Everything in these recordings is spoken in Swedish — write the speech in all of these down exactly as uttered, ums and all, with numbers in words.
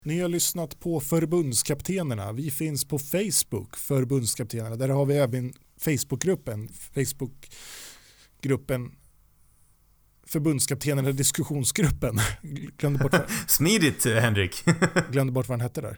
Ni har lyssnat på Förbundskaptenerna. Vi finns på Facebook, Förbundskaptenerna. Där har vi även Facebookgruppen. Facebookgruppen Förbundskaptenerna diskussionsgruppen. Glömde bort vad... Smidigt, Henrik. Glömde bort vad han hette där.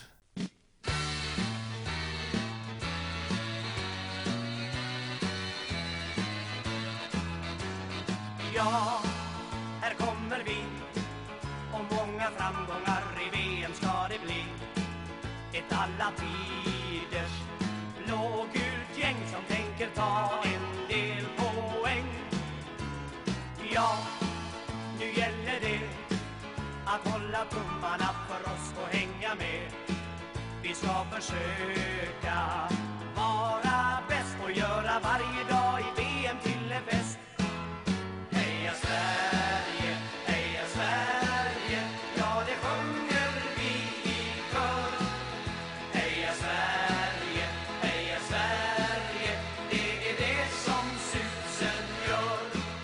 Ja, här kommer vi. Och många framgångar i V M ska det bli. Ett alla tiders blågult gäng som tänker ta en del poäng. Ja, nu gäller det att hålla tummarna för oss och hänga med. Vi ska försöka vara bäst och göra varje dag i V M till en fest. Heja Sverige, heja Sverige, ja det sjunger vi i kör. Heja Sverige, heja Sverige, det är det som susen gör.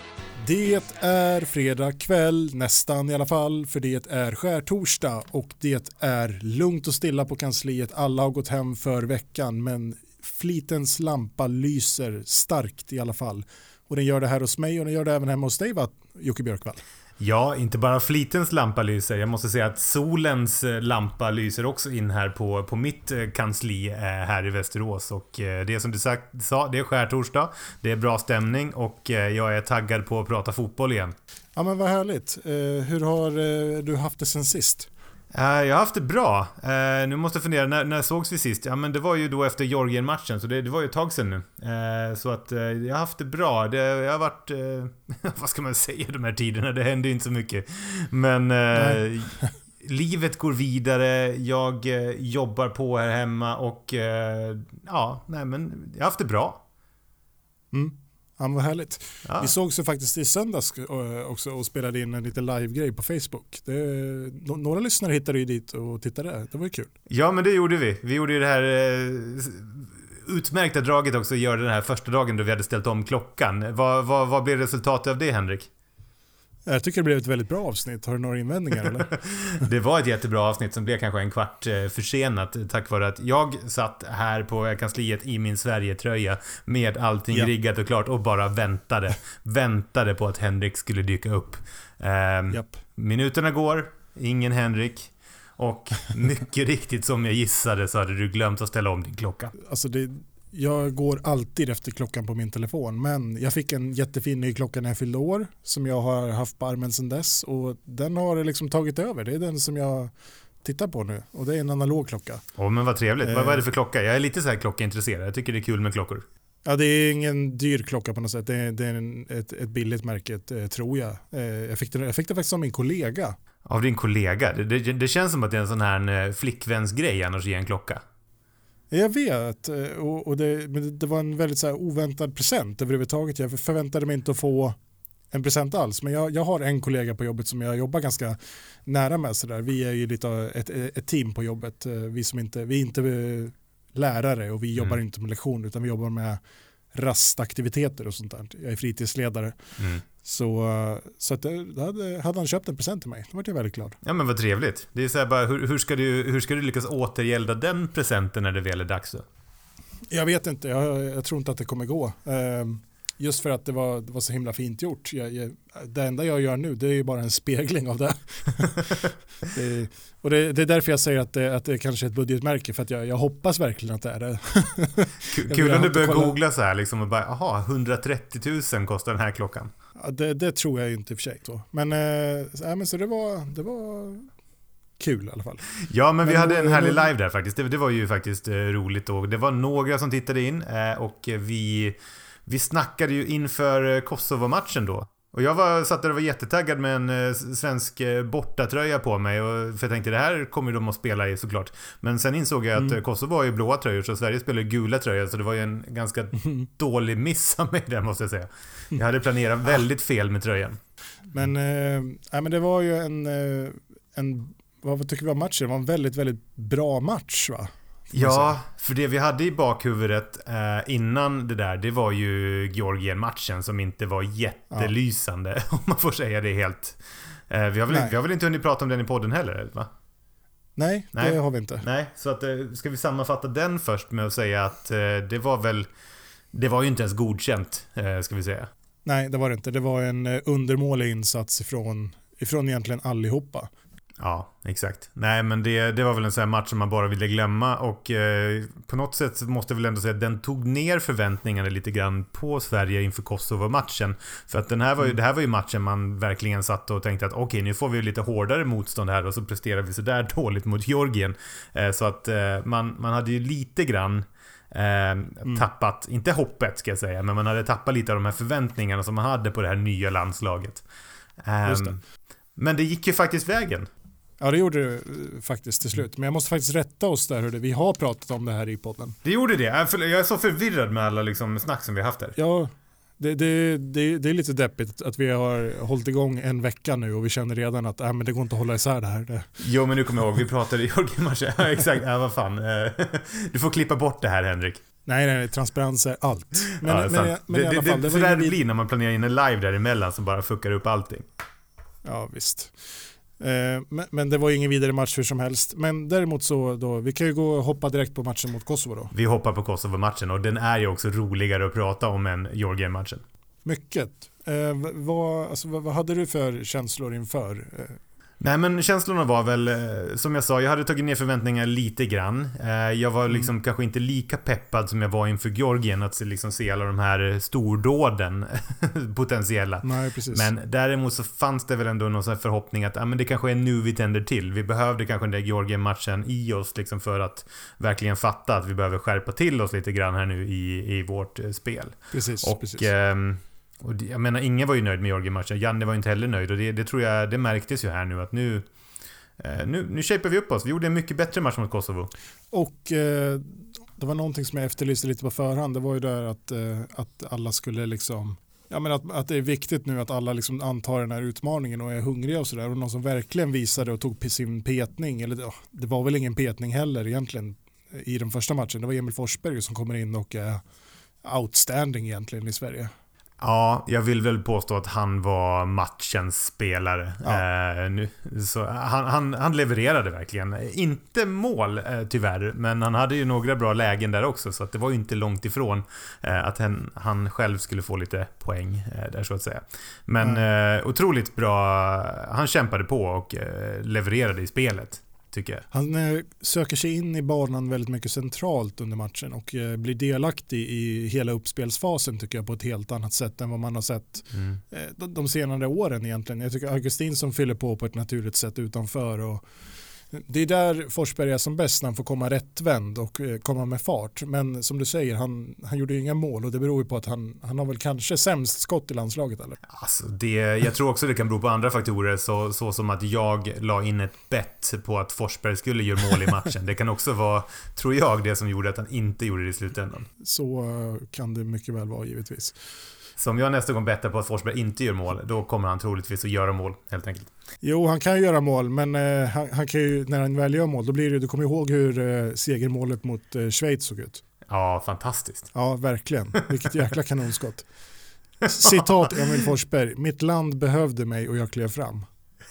Det är fredag kväll, nästan i alla fall, för det är skärtorsdag och det är lugnt och stilla på kansliet. Alla har gått hem för veckan, men flitens lampa lyser starkt i alla fall. Och den gör det här hos mig och den gör det även hemma hos dig, va, Jocke Björkvall? Ja, inte bara flitens lampa lyser. Jag måste säga att solens lampa lyser också in här på, på mitt kansli här i Västerås. Och det är som du sagt, sa, det är skärtorsdag, det är bra stämning och jag är taggad på att prata fotboll igen. Ja, men vad härligt. Hur har du haft det sen sist? Uh, jag har haft det bra. Uh, nu måste jag fundera, när, när sågs vi sist? Ja, men det var ju då efter Georgien-matchen, så det, det var ju ett tag sedan nu. Uh, så att uh, jag har haft det bra. Det, jag har varit, uh, vad ska man säga de här tiderna? Det händer ju inte så mycket. Men uh, livet går vidare. Jag uh, jobbar på här hemma och uh, ja, nej men jag har haft det bra. Mm. Ja, vad härligt. Ja. Vi såg så faktiskt i söndags också och spelade in en liten live-grej på Facebook. Det, några lyssnare hittade ju dit och tittade. Det var ju kul. Ja, men det gjorde vi. Vi gjorde ju det här eh, utmärkta draget också, att göra den här första dagen då vi hade ställt om klockan. Vad, vad, vad blev resultatet av det, Henrik? Jag tycker det blev ett väldigt bra avsnitt. Har du några invändningar eller? Det var ett jättebra avsnitt som blev kanske en kvart försenat tack vare att jag satt här på kansliet i min Sverige-tröja med allting ja. riggat och klart och bara väntade. väntade på att Henrik skulle dyka upp. Um, Japp. Minuterna går, ingen Henrik. Och mycket riktigt som jag gissade så hade du glömt att ställa om din klocka. Alltså det... Jag går alltid efter klockan på min telefon, men jag fick en jättefin ny klocka när jag fyllde år som jag har haft på armen sedan dess och den har liksom tagit över. Det är den som jag tittar på nu och det är en analog klocka. Åh, men vad trevligt. Eh. Vad, vad är det för klocka? Jag är lite så här klockaintresserad. Jag tycker det är kul med klockor. Ja, det är ingen dyr klocka på något sätt. Det är, det är en, ett, ett billigt märke, eh, tror jag. Eh, jag, fick det, jag fick det faktiskt av min kollega. Av din kollega? Det, det, det känns som att det är en sån här flickvänsgrej annars ge en klocka. Jag vet, och, och det, men det var en väldigt så här oväntad present överhuvudtaget. Jag förväntade mig inte att få en present alls, men jag, jag har en kollega på jobbet som jag jobbar ganska nära med. Så där. Vi är ju lite ett, ett team på jobbet. Vi, som inte, vi är inte lärare och vi jobbar mm. inte med lektioner utan vi jobbar med rastaktiviteter och sånt där. Jag är fritidsledare. Mm. Så, så att det, hade, hade han köpt en present till mig. Då var jag väldigt glad. Ja, men vad trevligt. Det är så här bara, hur, hur, ska du, hur ska du lyckas återgälda den presenten när det väl är dags då? Jag vet inte. Jag, jag tror inte att det kommer gå. Um, just för att det var, det var så himla fint gjort. Jag, jag, det enda jag gör nu det är ju bara en spegling av det. det och det, det är därför jag säger att det, att det är kanske är ett budgetmärke. För att jag, jag hoppas verkligen att det är det. Kul om du börjar googla så här liksom och bara, aha, hundratrettio tusen kostar den här klockan. Ja, det, det tror jag inte i och för sig. Så. Men, äh, men så det var, det var kul i alla fall. Ja, men, men vi hade en härlig live där faktiskt. Det, det var ju faktiskt eh, roligt och det var några som tittade in eh, och vi, vi snackade ju inför Kosovo-matchen då. Och jag var, satt där och var jättetaggad med en eh, svensk eh, bortatröja på mig och för jag tänkte det här kommer de att spela i såklart. Men sen insåg jag att mm. Kosovo var ju blåa tröjor så Sverige spelar gula tröjor så det var ju en ganska dålig miss av mig där måste jag säga. Jag hade planerat väldigt fel med tröjan. Men, eh, nej, men det var ju en, eh, en vad tycker vi var matchen? Det var en väldigt, väldigt bra match va? Ja, för det vi hade i bakhuvudet eh, innan det där, det var ju Georgien-matchen som inte var jättelysande, ja. Om man får säga det helt. Eh, vi, har väl, vi har väl inte hunnit prata om den i podden heller, va? Nej, Nej. det har vi inte. Nej, så att, ska vi sammanfatta den först med att säga att det var väl, det var ju inte ens godkänt, ska vi säga. Nej, det var det inte. Det var en undermålig insats ifrån, ifrån egentligen allihopa. Ja, exakt. Nej, men det, det var väl en sån här match som man bara ville glömma och eh, på något sätt måste jag väl ändå säga att den tog ner förväntningarna lite grann på Sverige inför Kosovo-matchen. För att den här var ju, mm. det här var ju matchen man verkligen satt och tänkte att okej, okay, nu får vi lite hårdare motstånd här och så presterar vi så där dåligt mot Georgien. Eh, så att eh, man, man hade ju lite grann Eh, mm. tappat, inte hoppet ska jag säga, men man hade tappat lite av de här förväntningarna som man hade på det här nya landslaget. Eh, Just det. Men det gick ju faktiskt vägen. Ja, det gjorde det faktiskt till slut. Men jag måste faktiskt rätta oss där. Hur det, vi har pratat om det här i podden. Det gjorde det. Jag är så förvirrad med alla liksom snack som vi har haft här. Ja, det, det, det, det är lite deppigt att vi har hållit igång en vecka nu och vi känner redan att äh, men det går inte att hålla isär det här. Det. Jo, men nu kommer jag ihåg, vi pratade i Georgien-matchen. Ja, exakt. Ja, vad fan. Du får klippa bort det här, Henrik. Nej, nej, transparens är allt. Men, ja, men, men i alla fall, det, det, det det där vid... blir när man planerar in en live däremellan som bara fuckar upp allting. Ja, visst. Men, men det var ingen vidare match för som helst. Men däremot så då, vi kan ju gå och hoppa direkt på matchen mot Kosovo då. Vi hoppar på Kosovo-matchen och den är ju också roligare att prata om än Georgien-matchen. Mycket. Eh, vad, alltså, vad, vad hade du för känslor inför? Eh? Nej, men känslorna var väl, som jag sa, jag hade tagit ner förväntningar lite grann. Jag var liksom mm. kanske inte lika peppad som jag var inför Georgien att liksom se alla de här stordåden potentiella. Nej, precis. Men däremot så fanns det väl ändå någon sån här förhoppning att ah, men det kanske är nu vi tänder till. Vi behövde kanske den där Georgien-matchen i oss liksom för att verkligen fatta att vi behöver skärpa till oss lite grann här nu i, i vårt spel. Precis, och, precis. Ehm, Och det, jag menar, ingen var ju nöjd med Georgien-matchen. Janne var inte heller nöjd. Och det, det tror jag, det märktes ju här nu att nu, eh, nu, nu shapar vi upp oss. Vi gjorde en mycket bättre match mot Kosovo. Och eh, det var någonting som jag efterlyste lite på förhand. Det var ju där att, eh, att alla skulle liksom... Ja, men att, att det är viktigt nu att alla liksom antar den här utmaningen och är hungriga och sådär. Och någon som verkligen visade och tog sin petning. Eller oh, det var väl ingen petning heller egentligen i den första matchen. Det var Emil Forsberg som kommer in och är outstanding egentligen i Sverige. Ja, jag vill väl påstå att han var matchens spelare. Ja. Eh, nu, så han, han, han levererade verkligen. Inte mål eh, tyvärr, men han hade ju några bra lägen där också. Så att det var ju inte långt ifrån eh, att han, han själv skulle få lite poäng eh, där så att säga. Men mm. eh, otroligt bra. Han kämpade på och eh, levererade i spelet. Han eh, söker sig in i banan väldigt mycket centralt under matchen och eh, blir delaktig i hela uppspelsfasen tycker jag på ett helt annat sätt än vad man har sett mm. eh, de, de senare åren egentligen. Jag tycker Augustin som fyller på på ett naturligt sätt utanför och det är där Forsberg är som bäst när han får komma rättvänd och eh, komma med fart. Men som du säger, han, han gjorde ju inga mål och det beror ju på att han, han har väl kanske sämst skott i landslaget eller? Alltså det, jag tror också det kan bero på andra faktorer så, så som att jag la in ett bett på att Forsberg skulle göra mål i matchen. Det kan också vara, tror jag, det som gjorde att han inte gjorde det i slutändan. Så uh, kan det mycket väl vara givetvis. Så om jag nästa gång bettar på att Forsberg inte gör mål, då kommer han troligtvis att göra mål, helt enkelt. Jo, han kan ju göra mål, men eh, han, han kan ju, när han väl gör mål, då blir det, du kommer ihåg hur eh, segermålet mot eh, Schweiz såg ut. Ja, fantastiskt. Ja, verkligen. Vilket jäkla kanonskott. Citat Emil Forsberg, mitt land behövde mig och jag klev fram.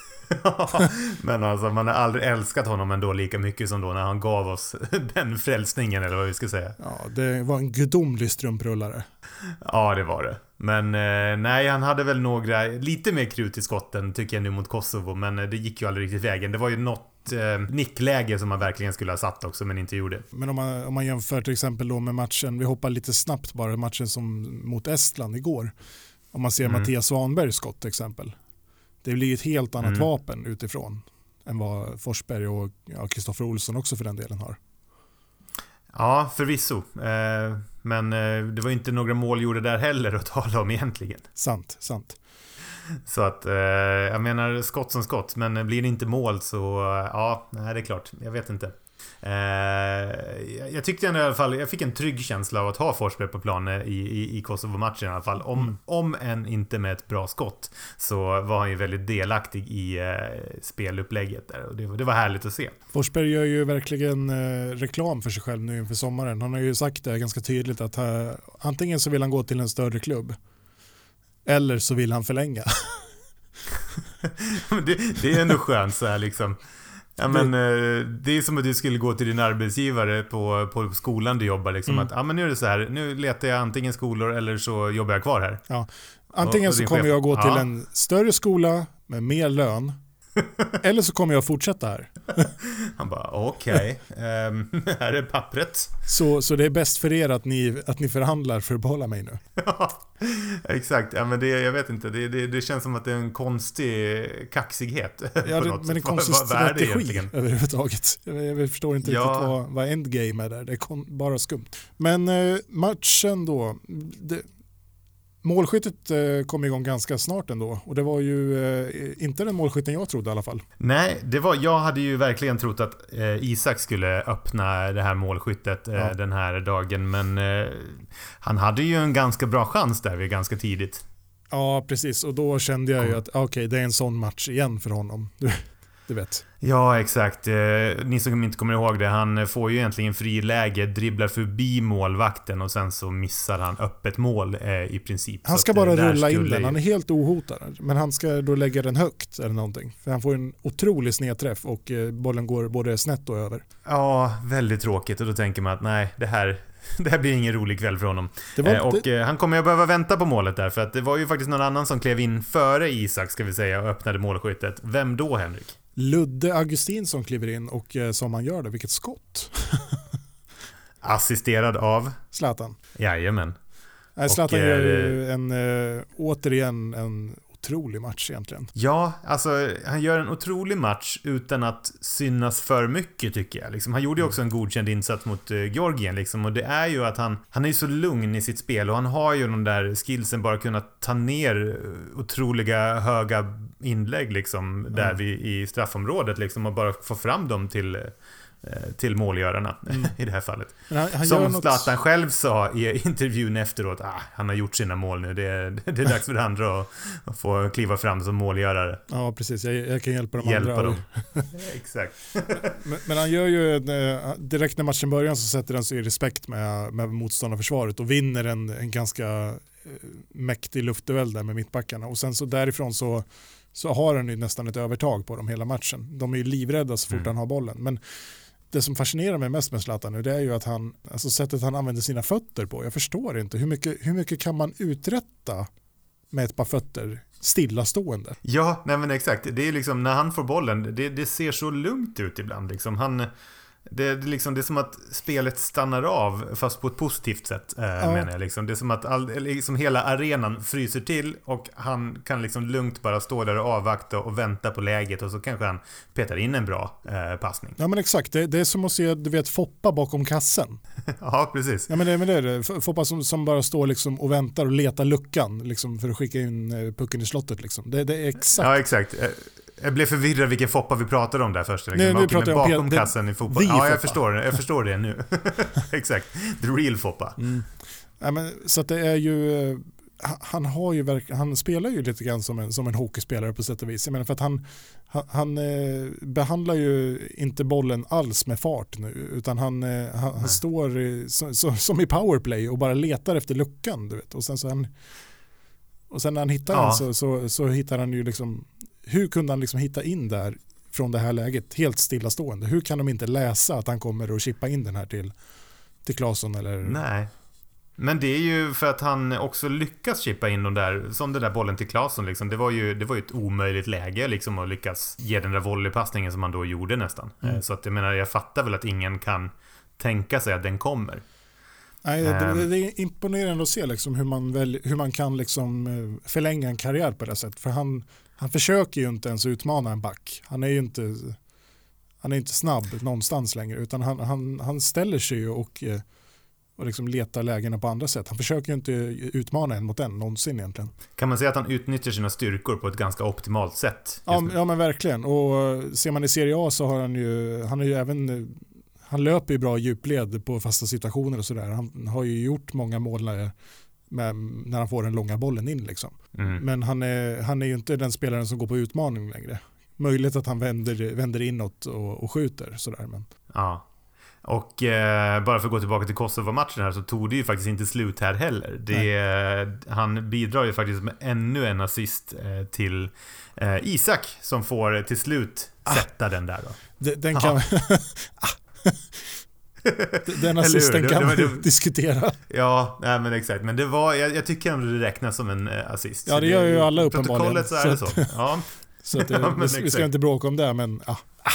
Men alltså, man har aldrig älskat honom ändå lika mycket som då när han gav oss den frälsningen, eller vad vi ska säga. Ja, det var en gudomlig strumprullare. Ja, det var det. Men eh, nej, han hade väl några lite mer krut i skotten tycker jag nu mot Kosovo, men eh, det gick ju aldrig riktigt vägen. Det var ju något eh, nickläge som man verkligen skulle ha satt också, men inte gjorde. Men om man, om man jämför till exempel då med matchen, vi hoppar lite snabbt bara, matchen som mot Estland igår. Om man ser mm. Mattias Svanbergs skott till exempel. Det blir ett helt annat mm. vapen utifrån än vad Forsberg och Kristoffer ja, Olsson också för den delen har. Ja, förvisso. Eh, men eh, det var inte några mål gjorda där heller att tala om egentligen. Sant, sant. Så att, eh, jag menar skott som skott, men blir det inte mål så, ja, nej, det är klart. Jag vet inte. Eh, jag tyckte ändå i alla fall, jag fick en trygg känsla av att ha Forsberg på planen i, i, i Kosovo-matchen i alla fall. Om, mm. om än inte med ett bra skott så var han ju väldigt delaktig i eh, spelupplägget där, och det, det var härligt att se. Forsberg gör ju verkligen eh, reklam för sig själv nu inför sommaren. Han har ju sagt det ganska tydligt att här, antingen så vill han gå till en större klubb eller så vill han förlänga. det, det är ändå skönt så här liksom. Ja, men det... det är som att du skulle gå till din arbetsgivare på, på skolan du jobbar liksom, mm. att ja, men nu är det så här, nu letar jag antingen skolor eller så jobbar jag kvar här. Ja. Antingen och, och så kommer chef... jag gå till ja. en större skola med mer lön eller så kommer jag fortsätta här. Han bara, okej, okay. um, här är pappret. Så, så det är bäst för er att ni, att ni förhandlar för att behålla mig nu? Ja, exakt. Ja, men det, jag vet inte, det, det, det känns som att det är en konstig kaxighet. Ja, det, men en konstig strategi det överhuvudtaget. Jag, jag förstår inte ja. riktigt vad, vad endgame är där. Det är kon, bara skumt. Men eh, matchen då... Det, målskyttet eh, kom igång ganska snart ändå och det var ju eh, inte den målskytten jag trodde i alla fall. Nej, det var, jag hade ju verkligen trott att eh, Isak skulle öppna det här målskyttet eh, ja. den här dagen, men eh, han hade ju en ganska bra chans där vid ganska tidigt. Ja, precis, och då kände jag ju att okej, okay, det är en sån match igen för honom. Du, du vet. Ja, exakt. Eh, ni som inte kommer ihåg det, han får ju egentligen fri läge, dribblar förbi målvakten och sen så missar han öppet mål eh, i princip. Han ska bara rulla in den, han är helt ohotad. Men han ska då lägga den högt eller någonting. För han får en otrolig snedträff och eh, bollen går både snett och över. Ja, väldigt tråkigt och då tänker man att nej, det här... Det här blir ingen rolig kväll för honom. Var, eh, och det... han kommer ju behöva vänta på målet där, för att det var ju faktiskt någon annan som klev in före Isak, ska vi säga, och öppnade målskyttet. Vem då, Henrik? Ludde Augustin som kliver in och eh, som han gör det, vilket skott. Assisterad av Zlatan. Jajamän. Nej, Zlatan och, gör ju en, äh, återigen en otrolig match egentligen. Ja, alltså han gör en otrolig match utan att synas för mycket, tycker jag. Liksom, han gjorde ju också en godkänd insats mot uh, Georgien liksom, och det är ju att han, han är ju så lugn i sitt spel och han har ju de där skillsen bara kunna ta ner otroliga höga inlägg liksom, där mm. vi, i straffområdet liksom, och bara få fram dem till till målgörarna mm. i det här fallet. Han, han som Zlatan något... själv sa i intervjun efteråt, ah, han har gjort sina mål nu, det är, det är dags för andra att, att få kliva fram som målgörare. Ja, precis, jag, jag kan hjälpa dem hjälpa andra. Dem. Exakt. men, men han gör ju, direkt när matchen börjar så sätter han sig i respekt med, med motståndarförsvaret och vinner en, en ganska mäktig luftduell där med mittbackarna, och sen så därifrån så så har han ju nästan ett övertag på dem hela matchen. De är ju livrädda så fort mm. han har bollen, men det som fascinerar mig mest med Zlatan nu, det är ju att han, alltså sättet han använder sina fötter på. Jag förstår inte, hur mycket, hur mycket kan man uträtta med ett par fötter stillastående? Ja, nej men exakt. Det är liksom, när han får bollen, det, det ser så lugnt ut ibland. Liksom. Han, det, det, liksom, det är som att spelet stannar av, fast på ett positivt sätt, äh, ja. menar jag. Liksom. Det är som att all, liksom hela arenan fryser till och han kan liksom lugnt bara stå där och avvakta och vänta på läget, och så kanske han petar in en bra äh, passning. Ja, men exakt. Det, det är som att se, du vet, Foppa bakom kassen. Ja, precis. Ja, men det, men det är det. Foppa som, som bara står liksom och väntar och letar luckan liksom, för att skicka in pucken i slottet. Liksom. Det, det är exakt. Ja, exakt. Jag blev förvirrad vilken Foppa vi pratade om där först. Liksom. Nej, nu pratar jag om bakom kassen i fotboll. Ja, jag förstår det. Jag förstår det nu. Exakt. The real Foppa. Mm. Ja, men, så att det är ju... Han, har ju verk, han spelar ju lite grann som en, som en hockeyspelare på sätt och vis. Jag menar, för att han, han, han eh, behandlar ju inte bollen alls med fart nu, utan han, eh, han, han står i, så, så, som i powerplay och bara letar efter luckan. Du vet. Och, sen så han, och sen när han hittar ja. den så, så, så hittar han ju liksom... Hur kunde han liksom hitta in där från det här läget helt stillastående? Hur kan de inte läsa att han kommer att chippa in den här till, till Claesson? Eller? Nej, men det är ju för att han också lyckas chippa in den där, som den där bollen till Claesson. Liksom. Det, var ju, det var ju ett omöjligt läge liksom, att lyckas ge den där volleypassningen som han då gjorde nästan. Mm. Så att, jag menar, jag fattar väl att ingen kan tänka sig att den kommer. Nej, det, det, det är imponerande att se liksom hur, man väl, hur man kan liksom förlänga en karriär på det sättet. För han, han försöker ju inte ens utmana en back. Han är ju inte, han är inte snabb någonstans längre, utan han, han, han ställer sig och, och liksom letar lägena på andra sätt. Han försöker ju inte utmana en mot en någonsin egentligen. Kan man säga att han utnyttjar sina styrkor på ett ganska optimalt sätt? Ja, ja, men verkligen. Och ser man i Serie A så har han ju, han är ju även... Han löper ju bra djupled på fasta situationer och sådär. Han har ju gjort många mål när, med, när han får den långa bollen in. Liksom. Mm. Men han är, han är ju inte den spelaren som går på utmaning längre. Möjligt att han vänder, vänder inåt och, och skjuter. Sådär, men. Ja. Och eh, bara för att gå tillbaka till Kosovo-matchen här, så tog det ju faktiskt inte slut här heller. Det, han bidrar ju faktiskt med ännu en assist eh, till eh, Isak, som får till slut sätta ah. den där då. Den, den kan... Den assisten kan man det, det, diskutera. Ja, nej, men exakt. Men det var, jag, jag tycker ändå det räknas som en assist. Ja, det gör ju alla uppenbarligen. Protokollet så är det så. så. Ja. Så att det, ja, vi, vi ska inte bråka om det, men ja. Ah.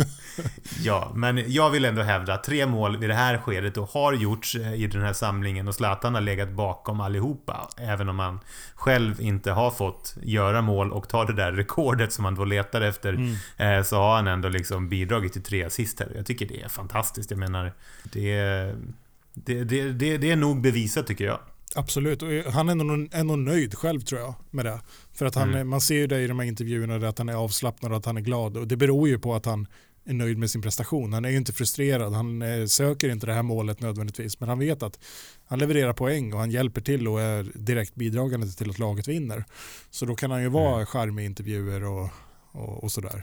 Ja, men jag vill ändå hävda att tre mål vid det här skedet och har gjorts i den här samlingen och Zlatan har legat bakom allihopa, även om han själv inte har fått göra mål och ta det där rekordet som han då letar efter, mm. eh, så har han ändå liksom bidragit till tre assist här. Jag tycker det är fantastiskt. Jag menar, det är, det, det, det, det är nog bevisat tycker jag. Absolut, och han är nog, är nog nöjd själv tror jag med det. För att han, mm. man ser ju det i de här intervjuerna att han är avslappnad och att han är glad. Och det beror ju på att han är nöjd med sin prestation. Han är ju inte frustrerad, han eh, söker inte det här målet nödvändigtvis. Men han vet att han levererar poäng och han hjälper till och är direkt bidragande till att laget vinner. Så då kan han ju vara mm. charmig i intervjuer och, och, och sådär.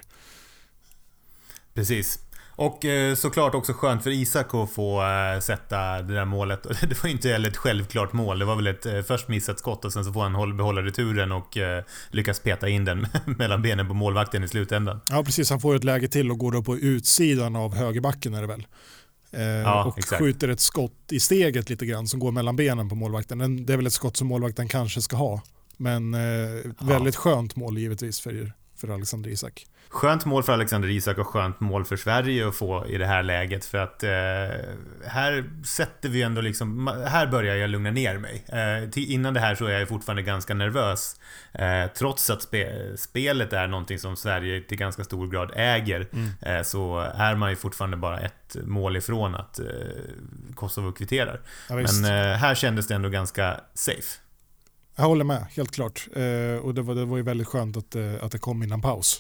Precis. Och eh, såklart också skönt för Isak att få eh, sätta det där målet. Det var inte heller ett självklart mål. Det var väl ett eh, först missat skott och sen så får han håll, behålla returen och eh, lyckas peta in den mellan benen på målvakten i slutändan. Ja, precis. Han får ett läge till och går då på utsidan av högerbacken är det väl. Eh, ja, och exakt. Skjuter ett skott i steget lite grann som går mellan benen på målvakten. Det är väl ett skott som målvakten kanske ska ha. Men eh, väldigt ja. skönt mål givetvis för, för Alexander Isak. Skönt mål för Alexander Isak och skönt mål för Sverige att få i det här läget. För att eh, här sätter vi ändå liksom, här börjar jag lugna ner mig. Eh, till, innan det här så är jag fortfarande ganska nervös. Eh, trots att spe, spelet är någonting som Sverige till ganska stor grad äger, mm. eh, så är man ju fortfarande bara ett mål ifrån att eh, Kosovo kvitterar. Ja, men eh, här kändes det ändå ganska safe. Jag håller med, helt klart. Eh, och det var, det var ju väldigt skönt att, eh, att det kom innan paus.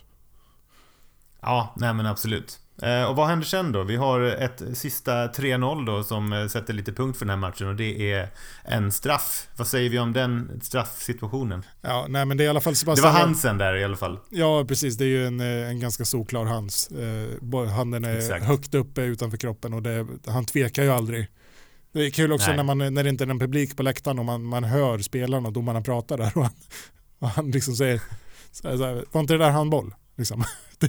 Ja, nej men absolut. Eh, och vad händer sen då? Vi har ett sista tre noll då som sätter lite punkt för den här matchen och det är en straff. Vad säger vi om den straffsituationen? Ja, nej men det är i alla fall Sebastian... Det var Hansen där i alla fall. Ja, precis. Det är ju en, en ganska solklar hands. Eh, handen är Exakt. högt uppe utanför kroppen och det, han tvekar ju aldrig. Det är kul också när, man, när det inte är en publik på läktaren och man, man hör spelarna och domarna pratar där och han, och han liksom säger så här, så här, var inte det där handboll? Liksom.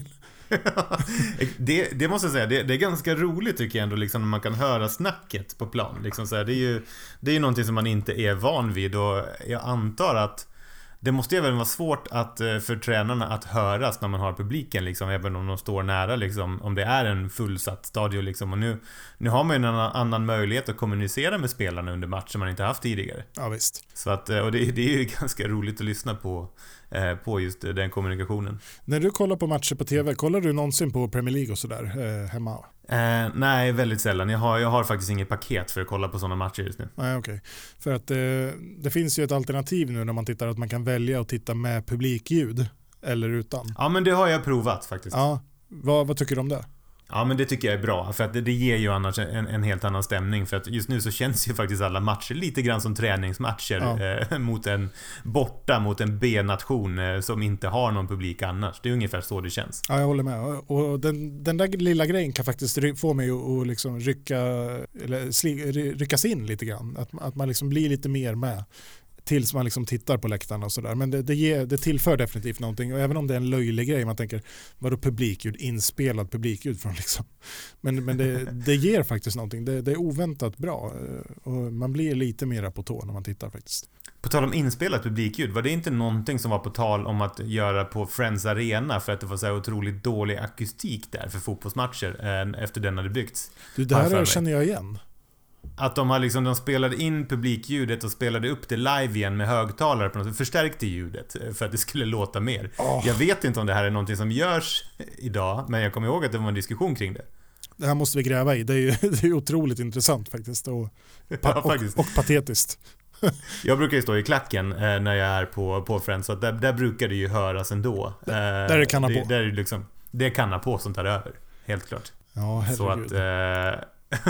det, det måste jag säga, det, det är ganska roligt tycker jag ändå liksom, när man kan höra snacket på plan liksom, så här, det är ju det är ju någonting som man inte är van vid och jag antar att det måste ju även vara svårt att, för tränarna att höras när man har publiken liksom, även om de står nära liksom, om det är en fullsatt stadion liksom. Och nu, nu har man ju en annan, annan möjlighet att kommunicera med spelarna under matchen man inte haft tidigare. Ja visst. Så att, och det, det är ju ganska roligt att lyssna på eh, på just den kommunikationen. När du kollar på matcher på tv, kollar du någonsin på Premier League och sådär eh, hemma? Eh, nej, väldigt sällan. Jag har, jag har faktiskt inget paket för att kolla på sådana matcher just nu. Nej, okej. Okay. För att eh, det finns ju ett alternativ nu när man tittar att man kan välja att titta med publikljud eller utan. Ja, men det har jag provat faktiskt. Ja, vad, vad tycker du om det? Ja, men det tycker jag är bra, för att det, det ger ju annars en, en helt annan stämning, för att just nu så känns ju faktiskt alla matcher lite grann som träningsmatcher ja. eh, mot en borta, mot en B-nation eh, som inte har någon publik annars. Det är ungefär så det känns. Ja, jag håller med. Och den, den där lilla grejen kan faktiskt få mig att liksom rycka, eller sli, ryckas in lite grann. Att, att man liksom blir lite mer med tills man liksom tittar på läktarna och sådär. Men det, det, ger, det tillför definitivt någonting. Och även om det är en löjlig grej, man tänker, vadå publikljud, inspelad publikljud från liksom. Men, men det, det ger faktiskt någonting. Det, det är oväntat bra. Och man blir lite mera på tå när man tittar faktiskt. På tal om inspelat publikljud, var det inte någonting som var på tal om att göra på Friends Arena för att det var så här otroligt dålig akustik där för fotbollsmatcher efter den hade byggts? Du, det här känner jag igen. Att de har liksom, de spelade in publikljudet och spelade upp det live igen med högtalare på något sätt, förstärkte ljudet för att det skulle låta mer. Oh. Jag vet inte om det här är någonting som görs idag, men jag kommer ihåg att det var en diskussion kring det. Det här måste vi gräva i. Det är ju det är otroligt intressant faktiskt och, pa- ja, faktiskt. och, och patetiskt. Jag brukar ju stå i klacken eh, när jag är på, på Friends, så där, där brukar det ju höras ändå. Eh, där är det kanna på. Det, där är det, liksom, det är kanna på som tar över, helt klart. Ja, herregud. Så att... Eh,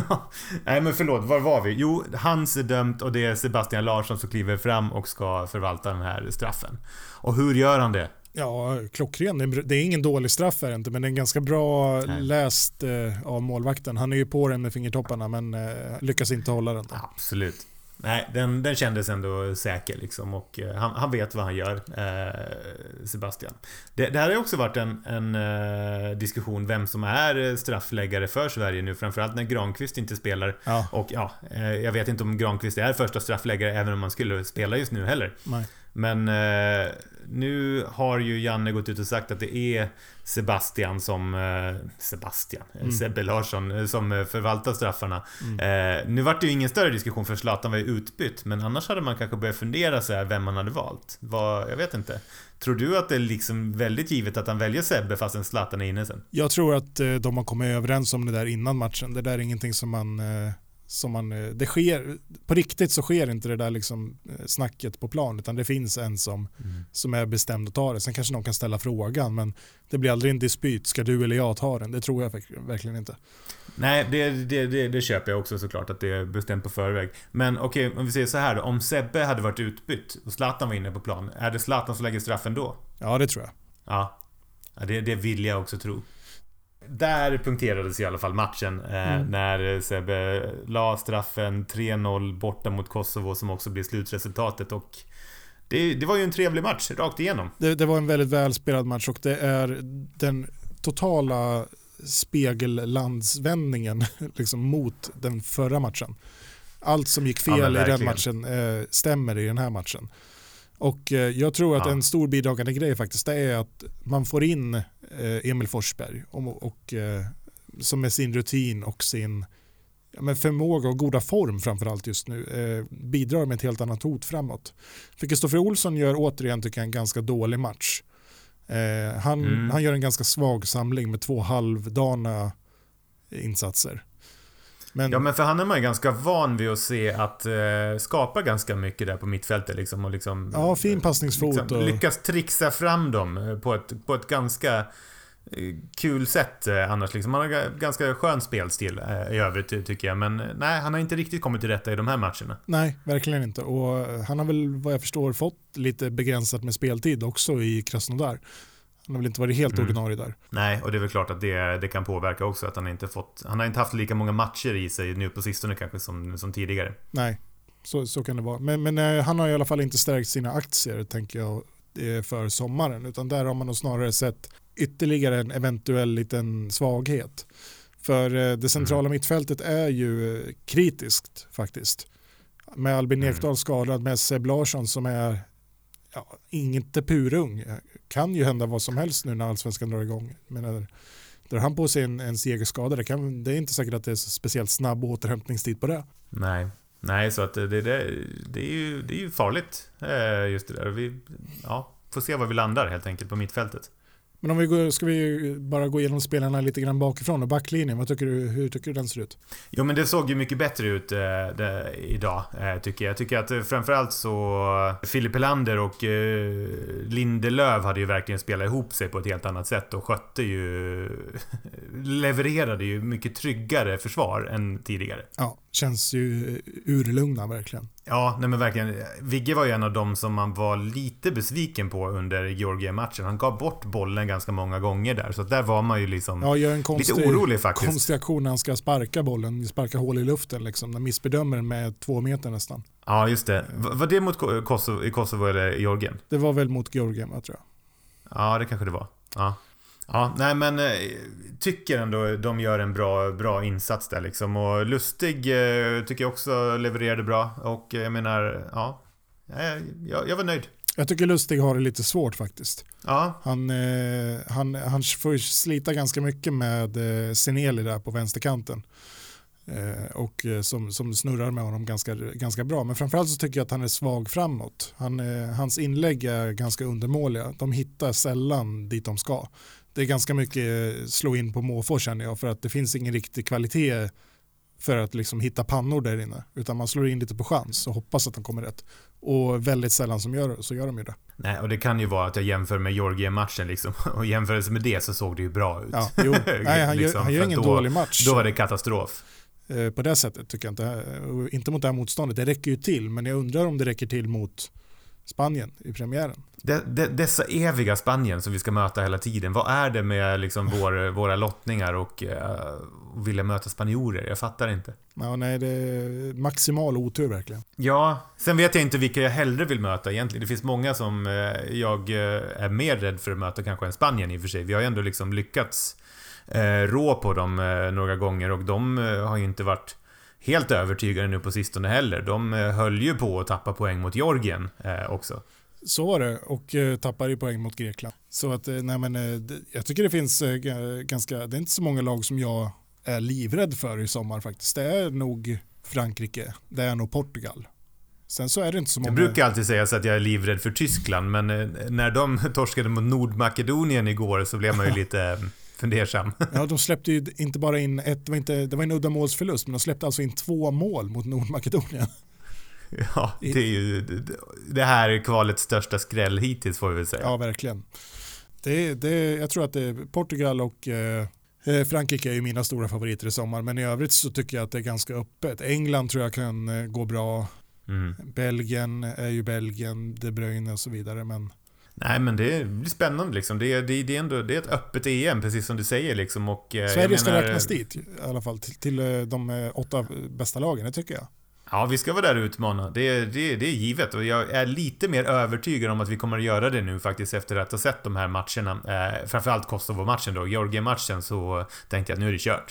nej men förlåt, var var vi? Jo, Hans är dömt och det är Sebastian Larsson som kliver fram och ska förvalta den här straffen. Och hur gör han det? Ja, klockren. Det är ingen dålig straff är det inte, men det är en ganska bra nej. läst eh, av målvakten. Han är ju på den med fingertopparna men eh, lyckas inte hålla den. Absolut. Nej, den, den kändes ändå säker liksom, och eh, han, han vet vad han gör, eh, Sebastian. Det, det här har ju också varit en, en eh, diskussion vem som är straffläggare för Sverige nu, framförallt när Granqvist inte spelar. Ja. Och ja, eh, jag vet inte om Granqvist är första straffläggare även om man skulle spela just nu heller. Nej. Men eh, nu har ju Janne gått ut och sagt att det är Sebastian som eh, Sebastian, mm. Sebbe Larsson som förvaltar straffarna. Mm. Eh, nu var det ju ingen större diskussion för Zlatan var ju utbytt, men annars hade man kanske börjat fundera så här vem man hade valt. Vad, jag vet inte. Tror du att det är liksom väldigt givet att han väljer Sebbe fast en Zlatan är inne sen? Jag tror att eh, de har kommit överens om det där innan matchen. Det där är ingenting som man eh... som man, det sker, på riktigt så sker inte det där liksom snacket på plan, utan det finns en som, mm. som är bestämd att ta det. Sen kanske någon kan ställa frågan, men det blir aldrig en dispyt. Ska du eller jag ta den? Det tror jag verkligen inte. Nej, det, det, det, det köper jag också såklart, att det är bestämt på förväg. Men okej, okay, om vi säger så här då. Om Sebbe hade varit utbytt och Zlatan var inne på plan, är det Zlatan som lägger straffen då? Ja, det tror jag. Ja, ja det, det vill jag också tro. Där punkterades i alla fall matchen eh, mm. när Sebbe la straffen tre noll borta mot Kosovo, som också blir slutresultatet, och det, det var ju en trevlig match rakt igenom. Det, det var en väldigt välspelad match, och det är den totala spegellandsvändningen liksom mot den förra matchen. Allt som gick fel ja, i den matchen eh, stämmer i den här matchen. Och eh, jag tror att ja. en stor bidragande grej faktiskt det är att man får in eh, Emil Forsberg och, och eh, som med sin rutin och sin ja, med förmåga och goda form framförallt just nu eh, bidrar med ett helt annat hot framåt. För Kristoffer Olsson gör återigen tycker jag en ganska dålig match. Eh, han, mm. han gör en ganska svag samling med två halvdana insatser. Men, ja, men för han är man ju ganska van vid att se att eh, skapa ganska mycket där på mittfältet liksom, och liksom, ja, fin passningsfot liksom, och lyckas trixa fram dem på ett, på ett ganska eh, kul sätt eh, annars liksom. Han har ganska skön spelstil eh, i övrigt tycker jag, men nej, han har inte riktigt kommit till rätta i de här matcherna. Nej, verkligen inte, och han har väl vad jag förstår fått lite begränsat med speltid också i Krasnodar. Han har väl inte varit helt mm. ordinarie där. Nej, och det är väl klart att det, det kan påverka också att han inte fått, han har inte haft lika många matcher i sig nu på sistone kanske som, som tidigare. Nej, så, så kan det vara. Men, men eh, han har i alla fall inte stärkt sina aktier tänker jag för sommaren, utan där har man nog snarare sett ytterligare en eventuell liten svaghet. För eh, det centrala mm. mittfältet är ju eh, kritiskt faktiskt. Med Albin Ekdal mm. skadad, med Seb Larsson som är ja, inte purung. Kan ju hända vad som helst nu när allsvenskan drar igång. Men drar han på sig en, en segerskada, det, kan, det är inte säkert att det är speciellt snabb återhämtningstid på det. Nej, Nej så att det, det, det, är ju, det är ju farligt just det där. Vi ja, får se var vi landar helt enkelt på mittfältet. Men om vi går, ska vi bara gå igenom spelarna lite grann bakifrån och backlinjen, vad tycker du, hur tycker du den ser ut? Jo, men det såg ju mycket bättre ut eh, det, idag eh, tycker jag. Jag tycker att eh, framförallt så Filip Helander och eh, Lindelöf hade ju verkligen spelat ihop sig på ett helt annat sätt och skötte ju levererade ju mycket tryggare försvar än tidigare. Ja, känns ju urlugna verkligen. Ja, nej men verkligen. Vigge var ju en av dem som man var lite besviken på under Georgien-matchen. Han gav bort bollen ganska många gånger där. Så där var man ju liksom ja, gör en konstig, lite orolig faktiskt. Konstig aktion när han ska sparka bollen. Sparka hål i luften liksom. Den missbedömer den med två meter nästan. Ja, just det. Var det mot Kosovo, i Kosovo eller Georgien? Det var väl mot Georgien, tror jag. Ja, det kanske det var. Ja. Ja, nej men eh, tycker ändå de gör en bra, bra insats där liksom. Och Lustig eh, tycker jag också levererade bra. Och eh, jag menar, ja, jag, jag var nöjd. Jag tycker Lustig har det lite svårt faktiskt. Ja. Han, eh, han, han får slita ganska mycket med eh, Seneli där på vänsterkanten. Eh, och eh, som, som snurrar med honom ganska, ganska bra. Men framförallt så tycker jag att han är svag framåt. Han, eh, hans inlägg är ganska undermåliga. De hittar sällan dit de ska. Det är ganska mycket slå in på måfå känner jag, för att det finns ingen riktig kvalitet för att liksom hitta pannor där inne, utan man slår in lite på chans och hoppas att de kommer rätt. Och väldigt sällan som gör, så gör de ju det. Nej, och det kan ju vara att jag jämför med Georgien-matchen liksom, och jämförelse med det så såg det ju bra ut. Ja, jo. Nej, han, liksom, gör, han gör ingen då, dålig match. Då var det katastrof. Eh, på det sättet tycker jag inte. Inte mot det här motståndet, det räcker ju till, men jag undrar om det räcker till mot Spanien i premiären. De, de, dessa eviga Spanien som vi ska möta hela tiden. Vad är det med liksom vår, våra lottningar och uh, vilja möta spanjorer? Jag fattar inte. Ja, nej, det är maximal otur verkligen. Ja, sen vet jag inte vilka jag hellre vill möta egentligen. Det finns många som uh, jag uh, är mer rädd för att möta kanske än Spanien i och för sig. Vi har ju ändå liksom lyckats uh, rå på dem uh, några gånger och de uh, har ju inte varit helt övertygade nu på sistone heller. De uh, höll ju på att tappa poäng mot Georgien uh, också. Så var det, och eh, tappar ju poäng mot Grekland. Så att, eh, nej men, eh, det, jag tycker det finns eh, ganska, det är inte så många lag som jag är livrädd för i sommar faktiskt. Det är nog Frankrike, det är nog Portugal. Sen så är det inte så många... Jag brukar alltid säga så att jag är livrädd för Tyskland, men eh, när de torskade mot Nordmakedonien igår så blev man ju lite fundersam. Ja, de släppte ju inte bara in ett, det var, inte, det var en uddamålsförlust, men de släppte alltså in två mål mot Nordmakedonien. Ja, det är ju det här är kvalets största skräll hittills får vi väl säga. Ja, verkligen. Det, det, jag tror att det är Portugal och eh, Frankrike är ju mina stora favoriter i sommar, men i övrigt så tycker jag att det är ganska öppet. England tror jag kan eh, gå bra. Mm. Belgien är ju Belgien, De Bruyne och så vidare, men... Nej, men det blir spännande liksom. Det är, det, det är ändå det är ett öppet E M, precis som du säger liksom. Och, eh, Sverige ska menar... räknas dit i alla fall, till, till de åtta bästa lagen, det tycker jag. Ja, vi ska vara där och utmana. Det, det, det är givet. Och jag är lite mer övertygad om att vi kommer att göra det nu faktiskt efter att ha sett de här matcherna. Eh, framförallt Kosovo-matchen då. Georgien-matchen, så tänkte jag att nu är det kört.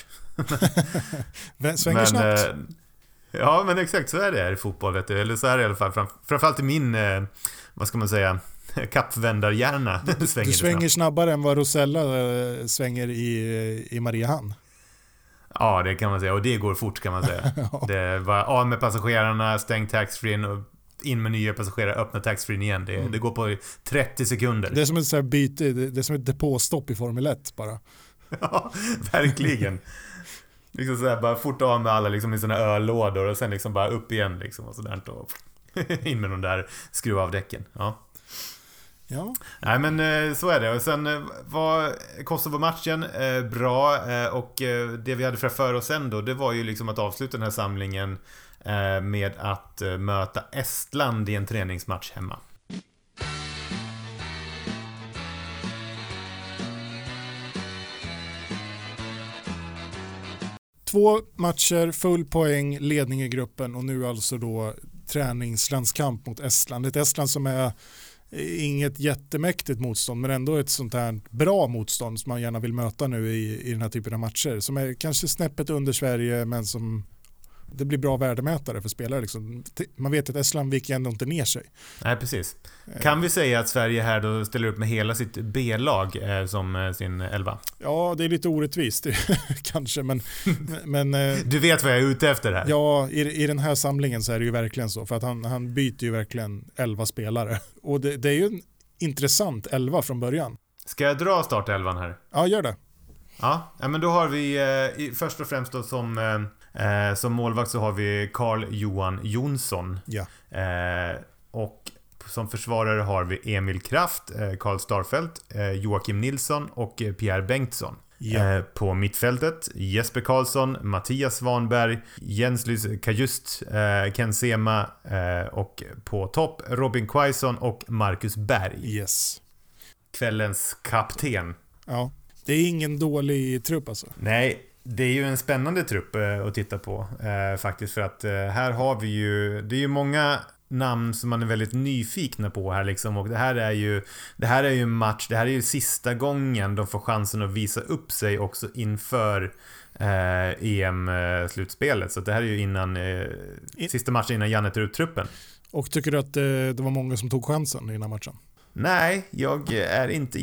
Svänger men, snabbt. Eh, ja, men exakt så är det här i fotboll, vet du. Eller så är det i alla fall. Fram, framförallt i min, eh, vad ska man säga, kappvändarhjärna. Du svänger, du svänger snabbare än vad Rosella eh, svänger i, i Mariehamn. Ja, det kan man säga. Och det går fort kan man säga. Ja. Det var av med passagerarna, stäng taxfree och in med nya passagerare, öppna taxfree igen. Det, mm. det går på trettio sekunder. Det är som ett så här byte, det är som ett depåstopp i Formel ett bara. Ja, verkligen. Liksom så här, bara fort av med alla liksom i såna öllådor och sen liksom bara upp igen liksom och sådär och in med de där skruva av däcken. Ja. Ja. Nej, men så är det. Och sen var Kosovo-matchen eh, bra eh, och eh, det vi hade framför oss sen då, det var ju liksom att avsluta den här samlingen eh, med att eh, möta Estland i en träningsmatch hemma. Två matcher, full poäng, ledning i gruppen och nu alltså då träningslandskamp mot Estland. Ett Estland som är inget jättemäktigt motstånd, men ändå ett sånt här bra motstånd som man gärna vill möta nu i, i den här typen av matcher. Som är kanske snäppet under Sverige, men som det blir bra värdemätare för spelare. Liksom. Man vet att Estland viker ändå inte ner sig. Nej, precis. Kan vi säga att Sverige här då ställer upp med hela sitt B-lag eh, som eh, sin elva? Ja, det är lite orättvist kanske, men... men du vet vad jag är ute efter här. Ja, i, i den här samlingen så är det ju verkligen så. För att han, han byter ju verkligen elva spelare. Och det, det är ju en intressant elva från början. Ska jag dra startelvan här? Ja, gör det. Ja, men då har vi eh, först och främst då som... Eh, Eh, som målvakt så har vi Carl-Johan Jonsson. Ja. Eh, och som försvarare har vi Emil Kraft, eh, Karl Starfelt, eh, Joakim Nilsson och eh, Pierre Bengtsson. Ja. Eh, på mittfältet Jesper Karlsson, Mattias Svanberg, Jenslys Kajust, eh, Ken Sema eh, och på topp Robin Quaison och Marcus Berg. Yes. Kvällens kapten. Ja, det är ingen dålig trupp alltså. Nej. Det är ju en spännande trupp eh, att titta på eh, faktiskt, för att eh, här har vi ju, det är ju många namn som man är väldigt nyfikna på här liksom, och det här är ju det här är ju en match, det här är ju sista gången de får chansen att visa upp sig också inför eh, E M-slutspelet, så det här är ju innan eh, sista matchen innan Janne tar ut truppen. Och tycker du att eh, det var många som tog chansen innan matchen? Nej, jag är inte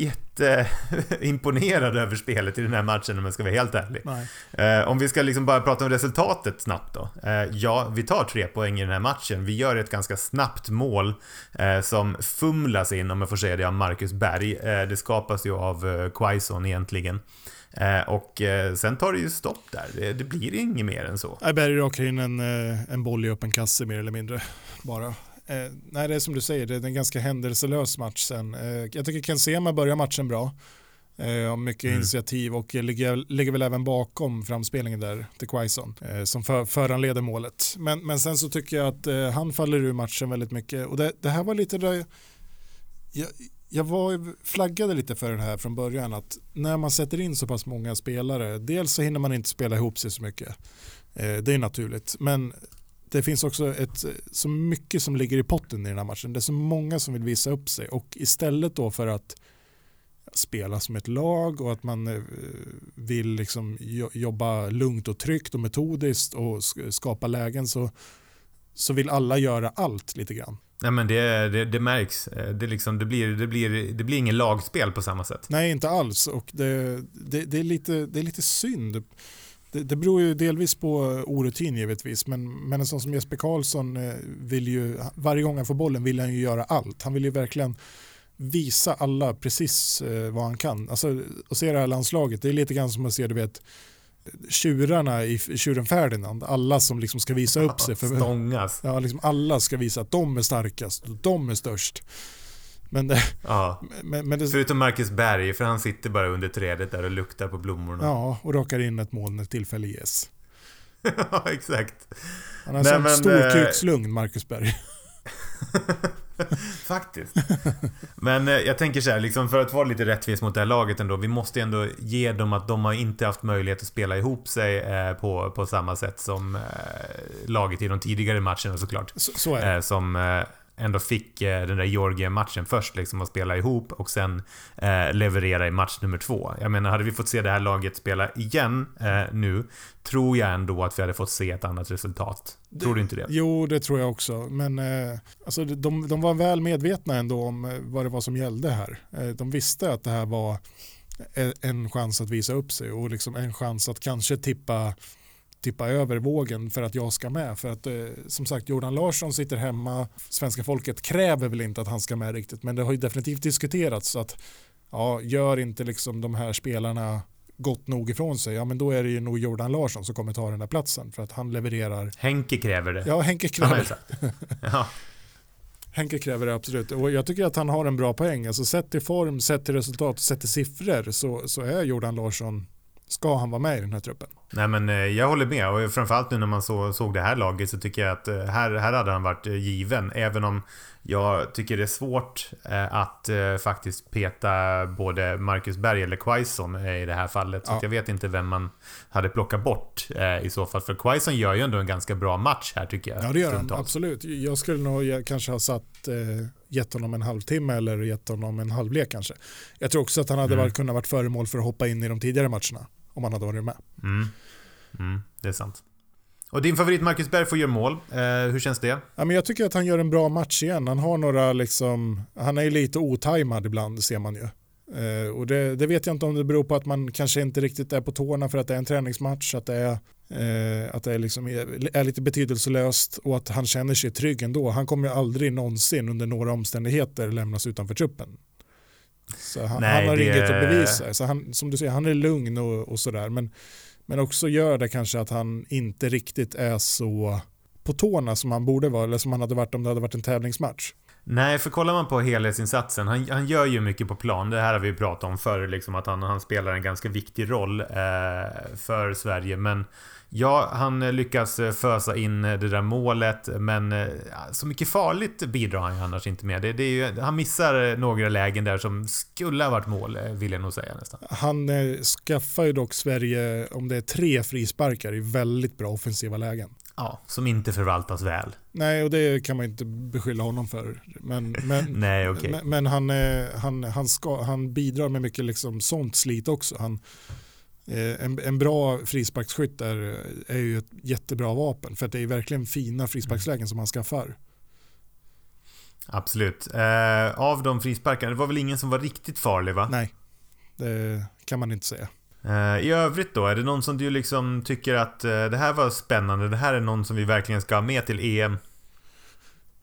jätteimponerad över spelet i den här matchen om jag ska vara helt ärlig. Eh, om vi ska liksom bara prata om resultatet snabbt då. Eh, ja, vi tar tre poäng i den här matchen. Vi gör ett ganska snabbt mål eh, som fumlas in, om jag får säga det, av Marcus Berg. Eh, det skapas ju av eh, Quaison egentligen. Eh, och eh, sen tar det ju stopp där. Det, det blir inget mer än så. Berg rakar in en, en boll i öppen kasse mer eller mindre bara. Eh, nej, det är som du säger, det är en ganska händelselös match sen. Eh, jag tycker Ken Sema börjar matchen bra. Eh, mycket Mm. initiativ och ligger, ligger väl även bakom framspelningen där till Quaison eh, som för, föranleder målet. Men, men sen så tycker jag att eh, han faller ur matchen väldigt mycket och det, det här var lite där jag, jag var flaggade lite för det här från början att när man sätter in så pass många spelare, dels så hinner man inte spela ihop sig så mycket. Eh, det är naturligt, men det finns också ett, så mycket som ligger i potten i den här matchen. Det är så många som vill visa upp sig och istället då för att spela som ett lag och att man vill liksom jobba lugnt och tryggt och metodiskt och skapa lägen så, så vill alla göra allt lite grann. Nej, men det, det, det märks. Det, liksom, det, blir, det, blir, det blir ingen lagspel på samma sätt. Nej, inte alls. Och det, det, det, är, lite, det är lite synd. Det, det beror ju delvis på orutin givetvis. Men, men en sån som Jesper Karlsson vill ju, varje gång han får bollen vill han ju göra allt. Han vill ju verkligen visa alla precis vad han kan. Alltså, att se det här landslaget, det är lite grann som att se, du vet, tjurarna i Tjuren Ferdinand, alla som liksom ska visa upp sig för, stångas. Ja, liksom alla ska visa att de är starkast och de är störst. Men det, ja. men, men det, förutom Marcus Berg, för han sitter bara under trädet där och luktar på blommorna. Ja, och rakar in ett mål när tillfälle ges. Ja, exakt. Han har en sån stor kukslugn, Marcus Berg. Faktiskt. Men eh, jag tänker så här, liksom, för att vara lite rättvis mot det här laget ändå, vi måste ändå ge dem att de har inte haft möjlighet att spela ihop sig eh, på, på samma sätt som eh, laget i de tidigare matcherna såklart. Så, så är det. Eh, som eh, ändå fick eh, den där Georgien-matchen först liksom att spela ihop och sen eh, leverera i match nummer två. Jag menar, hade vi fått se det här laget spela igen eh, nu, tror jag ändå att vi hade fått se ett annat resultat. Tror det, du inte det? Jo, det tror jag också. Men eh, alltså, de, de var väl medvetna ändå om eh, vad det var som gällde här. Eh, de visste att det här var en, en chans att visa upp sig och liksom en chans att kanske tippa tippa över vågen för att jag ska med. För att eh, som sagt, Jordan Larsson sitter hemma. Svenska folket kräver väl inte att han ska med riktigt. Men det har ju definitivt diskuterats så att ja, gör inte liksom de här spelarna gott nog ifrån sig, ja men då är det ju nog Jordan Larsson som kommer ta den där platsen för att han levererar. Henke kräver det. Ja, Henke kräver det. Ja. Henke kräver det absolut. Och jag tycker att han har en bra poäng. Alltså sett till form, sett till resultat, sett till siffror så, så är Jordan Larsson, ska han vara med i den här truppen. Nej, men jag håller med, och framförallt nu när man så, såg det här laget så tycker jag att här, här hade han varit given, även om jag tycker det är svårt eh, att eh, faktiskt peta både Marcus Berg eller Quaison eh, i det här fallet. Ja. Så jag vet inte vem man hade plockat bort eh, i så fall. För Quaison gör ju ändå en ganska bra match här tycker jag. Ja, det gör han, absolut. Jag skulle nog kanske ha satt eh, gett honom en halvtimme eller gett honom en halvlek kanske. Jag tror också att han hade mm. varit, kunnat varit föremål för att hoppa in i de tidigare matcherna om han hade varit med. Mm. Mm, det är sant. Och din favorit Marcus Berg får göra mål. Eh, hur känns det? Ja, men jag tycker att han gör en bra match igen. Han har några liksom, han är ju lite otajmad ibland, ser man ju. Eh, och det, det vet jag inte om det beror på att man kanske inte riktigt är på tårna för att det är en träningsmatch, att det är, eh, att det är, liksom, är, är lite betydelselöst och att han känner sig trygg ändå. Han kommer ju aldrig någonsin under några omständigheter lämnas utanför truppen. Så han, Nej, han har det... inget att bevisa. Så han, som du säger, han är lugn och, och sådär. Men Men också gör det kanske att han inte riktigt är så på tårna som han borde vara, eller som han hade varit om det hade varit en tävlingsmatch. Nej, för kollar man på helhetsinsatsen, han, han gör ju mycket på plan. Det här har vi pratat om förr, liksom, att han, han spelar en ganska viktig roll eh, för Sverige. Men ja, han lyckas fösa in det där målet, men eh, så mycket farligt bidrar han ju annars inte med. Det, det är ju, han missar några lägen där som skulle ha varit mål, vill jag nog säga nästan. Han eh, skaffar ju dock Sverige, om det är tre frisparkar, i väldigt bra offensiva lägen. Ja, som inte förvaltas väl. Nej, och det kan man inte beskylla honom för. Men, men, Nej, okay. men, men han, han, han, ska, han bidrar med mycket liksom sånt slit också. Han, en, en bra frisparksskytt är, är ju ett jättebra vapen. För att det är verkligen fina frisparkslägen som han skaffar. Absolut. Eh, av de frisparkarna, det var väl ingen som var riktigt farlig, va? Nej, det kan man inte säga. I övrigt då, är det någon som du liksom tycker att det här var spännande, det här är någon som vi verkligen ska ha med till E M?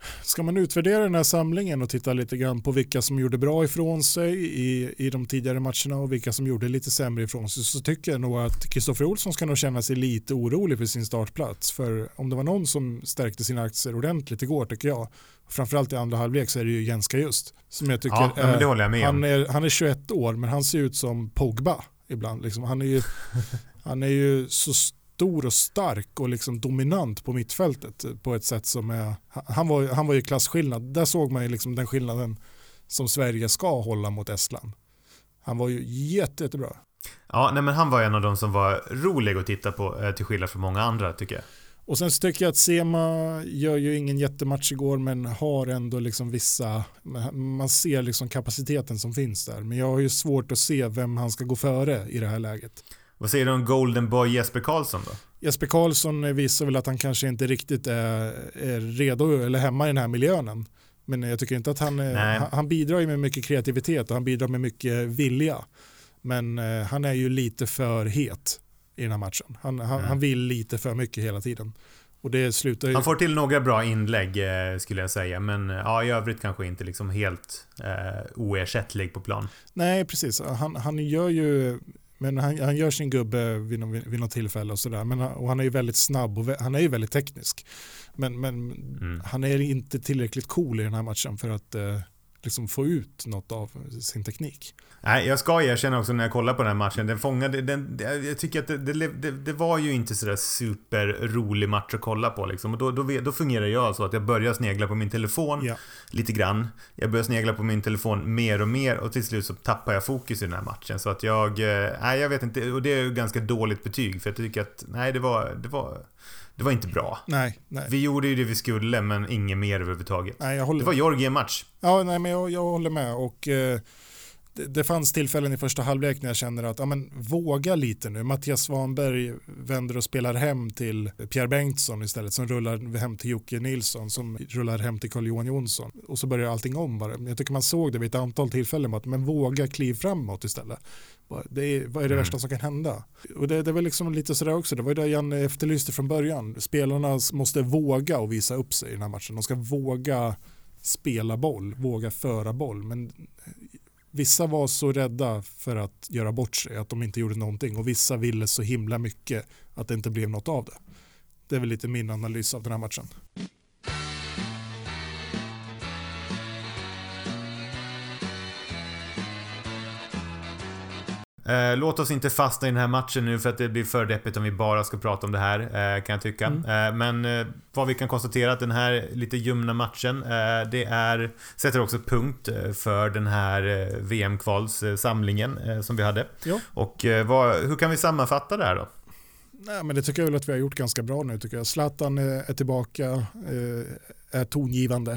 Ska man utvärdera den här samlingen och titta lite grann på vilka som gjorde bra ifrån sig i, i de tidigare matcherna och vilka som gjorde lite sämre ifrån sig, så tycker jag nog att Kristoffer Olsson ska nog känna sig lite orolig för sin startplats. För om det var någon som stärkte sina aktier ordentligt igår, tycker jag, framförallt i andra halvlek, så är det ju Jenska just. Som jag tycker ja, men det håller jag med han, om. är, han är tjugoett år, men han ser ut som Pogba ibland. Liksom, han, är ju, han är ju så stor och stark och liksom dominant på mittfältet på ett sätt som är, han var, han var ju klasskillnad. Där såg man ju liksom den skillnaden som Sverige ska hålla mot Estland. Han var ju jätte, jättebra. Ja, nej, men han var en av de som var rolig att titta på, till skillnad från många andra, tycker jag. Och sen så tycker jag att Sema gör ju ingen jättematch igår, men har ändå liksom vissa, man ser liksom kapaciteten som finns där. Men jag har ju svårt att se vem han ska gå före i det här läget. Vad säger du om Golden Boy Jesper Karlsson då? Jesper Karlsson visar väl att han kanske inte riktigt är, är redo eller hemma i den här miljön. Men jag tycker inte att han, han, han bidrar ju med mycket kreativitet och han bidrar med mycket vilja. Men eh, han är ju lite för het i den här matchen. Han, han, mm. han vill lite för mycket hela tiden. Och det slutar ju... Han får till några bra inlägg eh, skulle jag säga. Men ja, i övrigt kanske inte liksom helt eh, oersättlig på plan. Nej, precis. Han, han gör ju... Men han, han gör sin gubbe vid, någon, vid något tillfälle och sådär. Men och han är ju väldigt snabb och han är ju väldigt teknisk. Men, men mm. han är inte tillräckligt cool i den här matchen för att eh, liksom få ut något av sin teknik. Nej, jag ska erkänna också när jag kollar på den här matchen. Den fångade, den, jag tycker att det, det, det var ju inte sådär superrolig match att kolla på. Liksom. Och då, då, då fungerar jag så att jag börjar snegla på min telefon ja. lite grann. Jag börjar snegla på min telefon mer och mer och till slut så tappar jag fokus i den här matchen. Så att jag, nej jag vet inte, och det är ju ganska dåligt betyg för jag tycker att, nej det var, det var det var inte bra. Nej, nej. Vi gjorde ju det vi skulle, men inget mer överhuvudtaget. Nej, jag håller... Det var Georgien-match. Ja, nej, men jag, jag håller med. Och eh, det, det fanns tillfällen i första halvlek när jag känner att ja, men, våga lite nu. Mattias Svanberg vänder och spelar hem till Pierre Bengtsson istället, som rullar hem till Jocke Nilsson, som rullar hem till Carl-Johan Jonsson. Och så börjar allting om bara. Jag tycker man såg det vid ett antal tillfällen, att men våga kliv framåt istället. Det är, vad är det mm. värsta som kan hända? Och det, det var liksom lite sådär också. Det var det Jan efterlyste från början. Spelarna måste våga och visa upp sig i den här matchen. De ska våga spela boll, våga föra boll. Men vissa var så rädda för att göra bort sig att de inte gjorde någonting. Och vissa ville så himla mycket att det inte blev något av det. Det är väl lite min analys av den här matchen. Eh, låt oss inte fastna i den här matchen nu för att det blir för deppigt om vi bara ska prata om det här, eh, kan jag tycka. Mm. Eh, men eh, vad vi kan konstatera att den här lite ljumna matchen, eh, det är, sätter också punkt för den här eh, V M-kvalssamlingen eh, som vi hade. Ja. Och eh, vad, hur kan vi sammanfatta det här då? Nej, men det tycker jag väl att vi har gjort ganska bra nu, tycker jag. Zlatan är, är tillbaka, eh, är tongivande.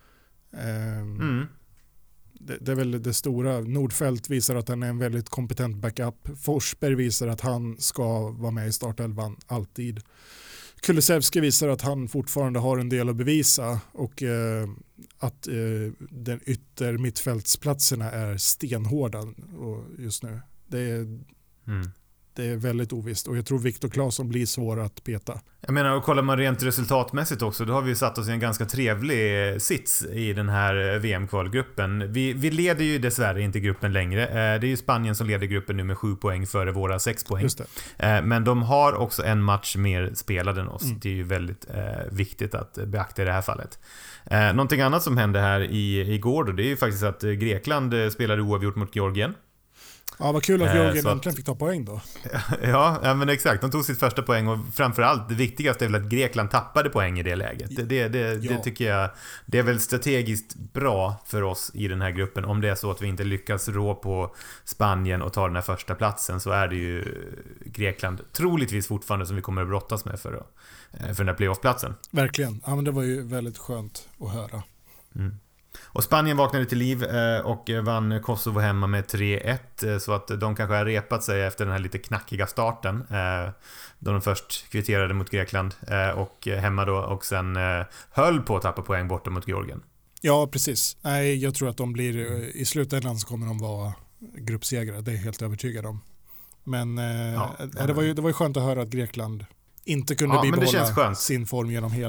Eh, mm. Det, det är väl det stora. Nordfeldt visar att han är en väldigt kompetent backup. Forsberg visar att han ska vara med i startelvan alltid. Kulusevski visar att han fortfarande har en del att bevisa och eh, att eh, den ytter mittfältsplatserna är stenhårda och just nu. Det är, mm. det är väldigt ovisst och jag tror Viktor Claesson blir svår att peta. Jag menar, och kollar man rent resultatmässigt också, då har vi satt oss i en ganska trevlig sits i den här V M-kvalgruppen. Vi, vi leder ju dessvärre inte gruppen längre. Det är ju Spanien som leder gruppen nu med sju poäng före våra sex poäng. Just det. Men de har också en match mer spelad än oss. Mm. Det är ju väldigt eh, viktigt att beakta i det här fallet. Eh, någonting annat som hände här i, igår då, det är ju faktiskt att Grekland spelade oavgjort mot Georgien. Ja, vad kul att Georgien eh, äntligen fick ta poäng då. Ja, ja, men exakt. De tog sitt första poäng och framförallt det viktigaste är väl att Grekland tappade poäng i det läget. Det, det, det, ja. det tycker jag, det är väl strategiskt bra för oss i den här gruppen. Om det är så att vi inte lyckas rå på Spanien och ta den här första platsen, så är det ju Grekland troligtvis fortfarande som vi kommer att brottas med för, för den här playoffplatsen. Verkligen. Ja, men det var ju väldigt skönt att höra. Mm. Och Spanien vaknade till liv och vann Kosovo hemma med tre ett, så att de kanske har repat sig efter den här lite knackiga starten då de först kvitterade mot Grekland och hemma då, och sen höll på att tappa poäng borta mot Georgien. Ja, precis. Nej, jag tror att de blir, i slutändan så kommer de vara gruppsegrare, det är jag helt övertygad om. Men ja, det var ju det var ju skönt att höra att Grekland inte kunde ja, bibehålla sin form genom hela.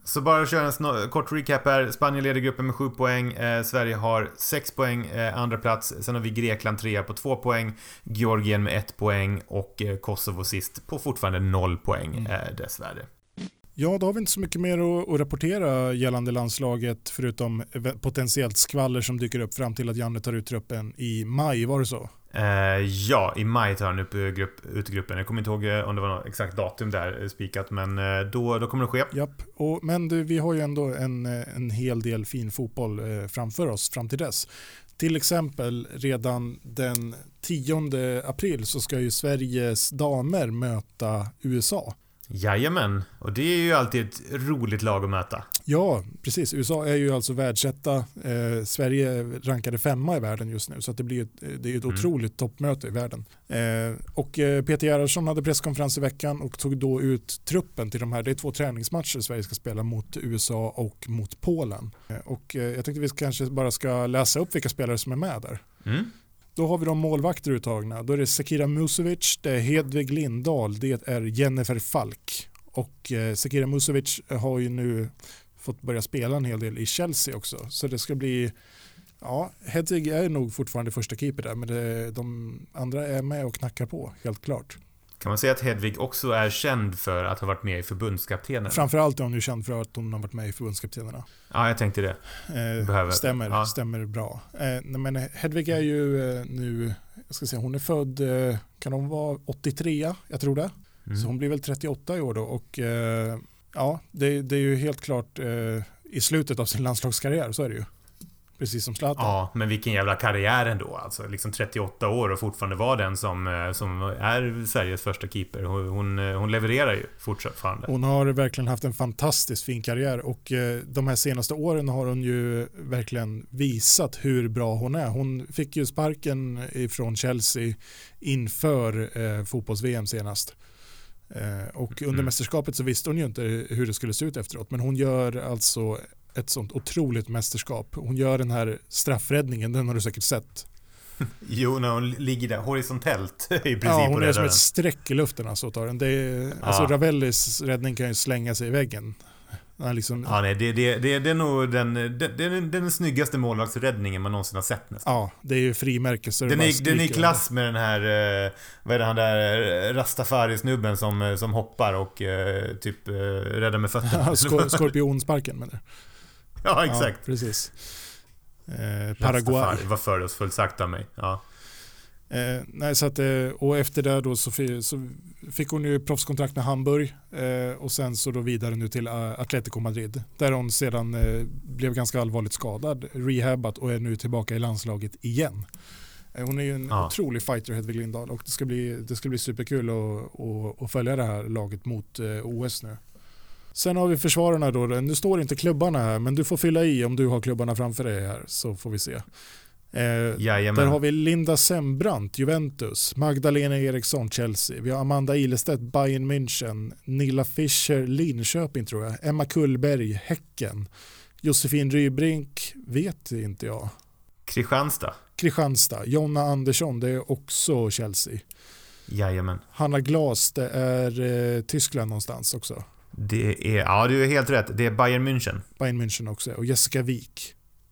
Så bara att köra en snar, kort recap här. Spanien leder gruppen med sju poäng. Eh, Sverige har sex poäng, eh, andra plats. Sen har vi Grekland trea på två poäng. Georgien med ett poäng. Och eh, Kosovo sist på fortfarande noll poäng, mm. eh, dessvärre. Ja, då har vi inte så mycket mer att, att rapportera gällande landslaget förutom potentiellt skvaller som dyker upp fram till att Janne tar ut truppen i maj, var det så? Eh, ja, i maj tar han upp grupp, ut gruppen. Jag kommer inte ihåg om det var något exakt datum där spikat, men eh, då, då kommer det ske. Japp. Och, men du, vi har ju ändå en, en hel del fin fotboll eh, framför oss fram till dess. Till exempel redan den tionde april så ska ju Sveriges damer möta U S A. Jajamän, och det är ju alltid ett roligt lag att möta. Ja, precis. U S A är ju alltså världsetta. Eh, Sverige rankade femma i världen just nu, så att det blir ett, det är ett mm. otroligt toppmöte i världen. Eh, och eh, Peter Gerhardsson hade presskonferens i veckan och tog då ut truppen till de här. Det är två träningsmatcher Sverige ska spela mot U S A och mot Polen. Eh, och eh, jag tänkte vi kanske bara ska läsa upp vilka spelare som är med där. Mm. Då har vi de målvakter uttagna. Då är det Sekira Musovic, det är Hedvig Lindahl, det är Jennifer Falk. Och eh, Sekira Musovic har ju nu fått börja spela en hel del i Chelsea också. Så det ska bli, ja, Hedvig är nog fortfarande första keeper där, men det, de andra är med och knackar på, helt klart. Kan man säga att Hedvig också är känd för att ha varit med i förbundskaptenerna? Framförallt är hon ju känd för att hon har varit med i förbundskaptenerna. Ja, jag tänkte det. Eh, Behöver. Stämmer, ja. stämmer bra. Eh, men Hedvig är ju eh, nu, jag ska säga, hon är född, eh, kan hon vara åttiotre, jag tror det. Mm. Så hon blir väl trettioåtta i år då. Och eh, ja, det, det är ju helt klart eh, i slutet av sin landslagskarriär, så är det ju. Precis som Zlatan. Ja, men vilken jävla karriär ändå. Alltså, liksom trettioåtta år och fortfarande var den som, som är Sveriges första keeper. Hon, hon, hon levererar ju fortfarande. Hon har verkligen haft en fantastiskt fin karriär och eh, de här senaste åren har hon ju verkligen visat hur bra hon är. Hon fick ju sparken ifrån Chelsea inför eh, fotbolls-V M senast. Eh, och under mm. mästerskapet så visste hon ju inte hur det skulle se ut efteråt. Men hon gör alltså ett sånt otroligt mästerskap. Hon gör den här straffräddningen, den har du säkert sett. Jo, när hon ligger där horisontellt i princip. Ja, hon är som ett streck i luften alltså, tar den. Det är, ja. Alltså Ravellis räddning kan ju slänga sig i väggen. Liksom... Ja, nej, det, det, det, det är nog den, det, det är den snyggaste målvaktsräddningen man någonsin har sett nästan. Ja, det är ju frimärke. Så den, är, den är i klass med den här, vad är det, han där Rastafari-snubben som, som hoppar och typ räddar med fötterna. Skor- skorpionsparken med det. Ja, exakt. Ja, precis. Eh, Paraguay. Vad fördomsfullt sagt av mig. Ja. Eh, nej, så att, och efter det då så, så fick hon ju proffskontrakt med Hamburg eh, och sen så då vidare nu till Atletico Madrid där hon sedan eh, blev ganska allvarligt skadad, rehabat och är nu tillbaka i landslaget igen. Eh, hon är ju en ja. otrolig fighter, Hedvig Lindahl, och det ska bli, det ska bli superkul att, att, att följa det här laget mot eh, O S nu. Sen har vi försvararna då. Nu står inte klubbarna här, men du får fylla i om du har klubbarna framför dig här, så får vi se. Eh, där har vi Linda Sembrant, Juventus, Magdalena Eriksson, Chelsea. Vi har Amanda Ilestedt, Bayern München, Nilla Fischer, Linköping tror jag, Emma Kullberg, Häcken, Josefin Rybrink, vet inte jag. Kristianstad. Kristianstad, Jonna Andersson, det är också Chelsea. Jajamän. Hanna Glas, det är eh, Tyskland någonstans också. Det är, ja, du är helt rätt. Det är Bayern München. Bayern München också. Och Jessica Wik.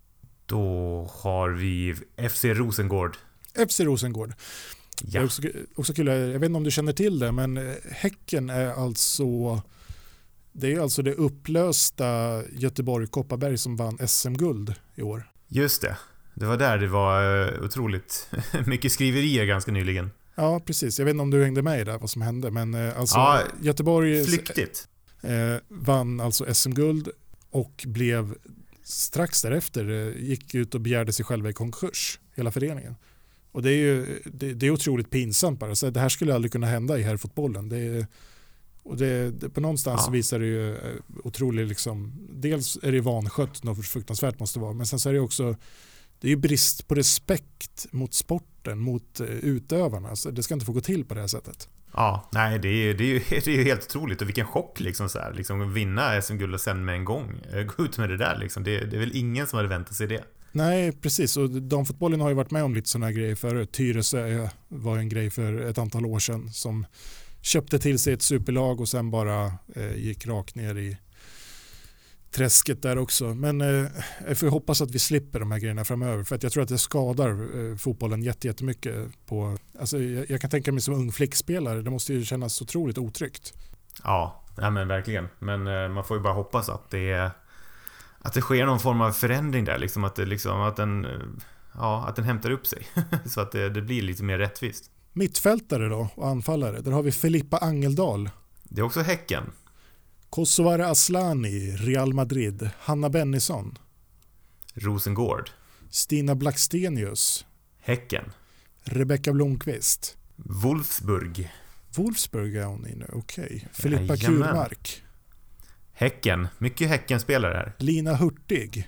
Då har vi F C Rosengård. F C Rosengård. Ja. Det är också, också kul. Jag vet inte om du känner till det, men Häcken är alltså det är alltså det upplösta Göteborg-Kopparberg som vann S M-guld i år. Just det. Det var där det var otroligt mycket skriverier ganska nyligen. Ja, precis. Jag vet inte om du hängde med i det, vad som hände, men alltså ja, Göteborg flyktigt. Eh, vann alltså S M-guld och blev strax därefter eh, gick ut och begärde sig själva i konkurs, hela föreningen. Och det är ju det, det är otroligt pinsamt bara. Så det här skulle aldrig kunna hända i herrfotbollen. Det är, och det, det, på någonstans ja. visar det ju eh, otroligt liksom, dels är det vanskött, något fruktansvärt måste vara, men sen så är det också det är ju brist på respekt mot sporten, mot eh, utövarna. Alltså, det ska inte få gå till på det här sättet. Ja, nej, det är, det är, ju, det är ju helt otroligt. Och vilken chock liksom så här, liksom vinna S M-guld och sen med en gång gå ut med det där liksom. Det, det är väl ingen som hade väntat sig det. Nej, precis. Och damfotbollen har ju varit med om lite sådana här grejer förut. Tyresö var en grej för ett antal år sedan som köpte till sig ett superlag och sen bara eh, gick rakt ner i träsket där också. Men eh, jag får hoppas att vi slipper de här grejerna framöver, för att jag tror att det skadar eh, fotbollen jätte, jättemycket på, alltså, jag, jag kan tänka mig som ung flickspelare, det måste ju kännas otroligt otryggt. Ja, ja men verkligen. Men eh, man får ju bara hoppas att det är, att det sker någon form av förändring där, liksom att det liksom att den ja, att den hämtar upp sig så att det, det blir lite mer rättvist. Mittfältare då och anfallare, där har vi Filippa Angeldal. Det är också Häcken. Kosovare Aslani, Real Madrid. Hanna Bennison. Rosengård. Stina Blackstenius. Häcken. Rebecka Blomqvist. Wolfsburg. Wolfsburg är hon i nu, okej. Okay. Filippa Jajamän. Kurmark. Häcken. Mycket Häcken-spelare här. Lina Hurtig.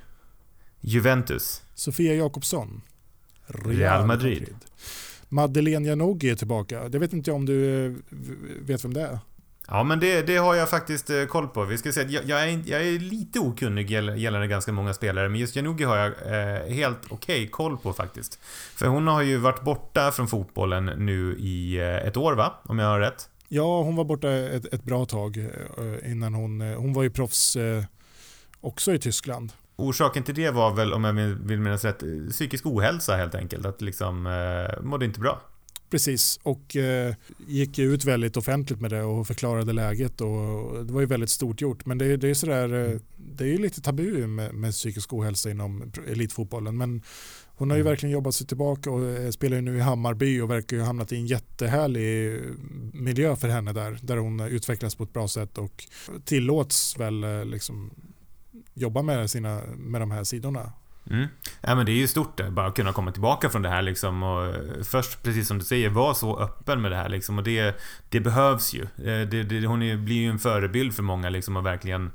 Juventus. Sofia Jakobsson. Real, Real Madrid. Madrid. Madeleine Janogy är tillbaka. Det vet inte jag om du vet vem det är. Ja, men det, det har jag faktiskt eh, koll på. Vi ska säga att jag, jag, är, jag är lite okunnig gällande ganska många spelare, men just Janogy har jag eh, helt okej okay koll på faktiskt. För hon har ju varit borta från fotbollen nu i eh, ett år, va? Om jag har rätt. Ja, hon var borta ett, ett bra tag eh, innan hon... Eh, hon var ju proffs eh, också i Tyskland. Orsaken till det var väl, om jag vill minnas rätt, psykisk ohälsa helt enkelt. Att liksom eh, mådde inte bra. Precis, och eh, gick ut väldigt offentligt med det och förklarade läget, och det var ju väldigt stort gjort. Men det, det är sådär, eh, det är ju lite tabu med, med psykisk ohälsa inom elitfotbollen, men hon har ju verkligen jobbat sig tillbaka och eh, spelar ju nu i Hammarby och verkar ju ha hamnat i en jättehärlig miljö för henne där, där hon utvecklas på ett bra sätt och tillåts väl eh, liksom jobba med, sina, med de här sidorna. Mm. Ja, men det är ju stort det, bara kunna komma tillbaka från det här liksom, och först, precis som du säger, vara så öppen med det här liksom, och det, det behövs ju. Det, det, hon är, blir ju en förebild för många liksom, och verkligen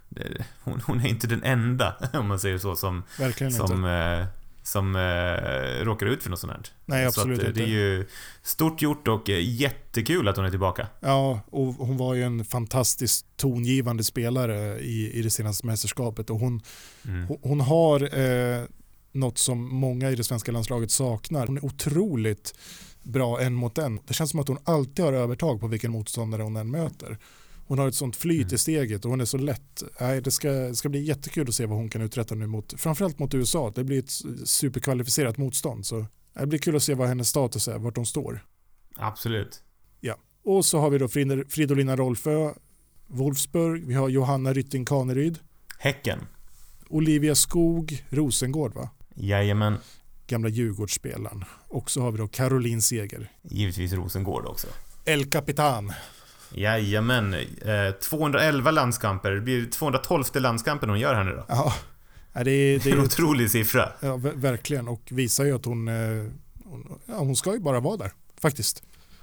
hon, hon är inte den enda, om man säger så, som som, eh, som eh, råkar ut för något sånt här. Nej, absolut så att, inte. Det är ju stort gjort och jättekul att hon är tillbaka. Ja, och hon var ju en fantastiskt tongivande spelare i, i det senaste mästerskapet, och hon, mm. hon, hon har eh, något som många i det svenska landslaget saknar. Hon är otroligt bra en mot en. Det känns som att hon alltid har övertag på vilken motståndare hon än möter. Hon har ett sånt flyt mm. i steget och hon är så lätt. Nej, det ska, det ska bli jättekul att se vad hon kan uträtta nu mot, framförallt mot U S A. Det blir ett superkvalificerat motstånd, så det blir kul att se vad hennes status är, vart hon står. Absolut. Ja. Och så har vi då Fridolina Rolfö, Wolfsburg. Vi har Johanna Rytting Kaneryd. Häcken. Olivia Skog, Rosengård, va? Jajamän. Gamla Djurgårdsspelaren. Och så har vi då Caroline Seger. Givetvis Rosengård också. El Capitan. Jajamän. Eh, tvåhundraelva landskamper. Det blir tvåhundratolfte landskampen hon gör här nu då. Ja. Det är, det är en otrolig siffra. Ja, verkligen. Och visar ju att hon, hon, ja, hon ska ju bara vara där, faktiskt.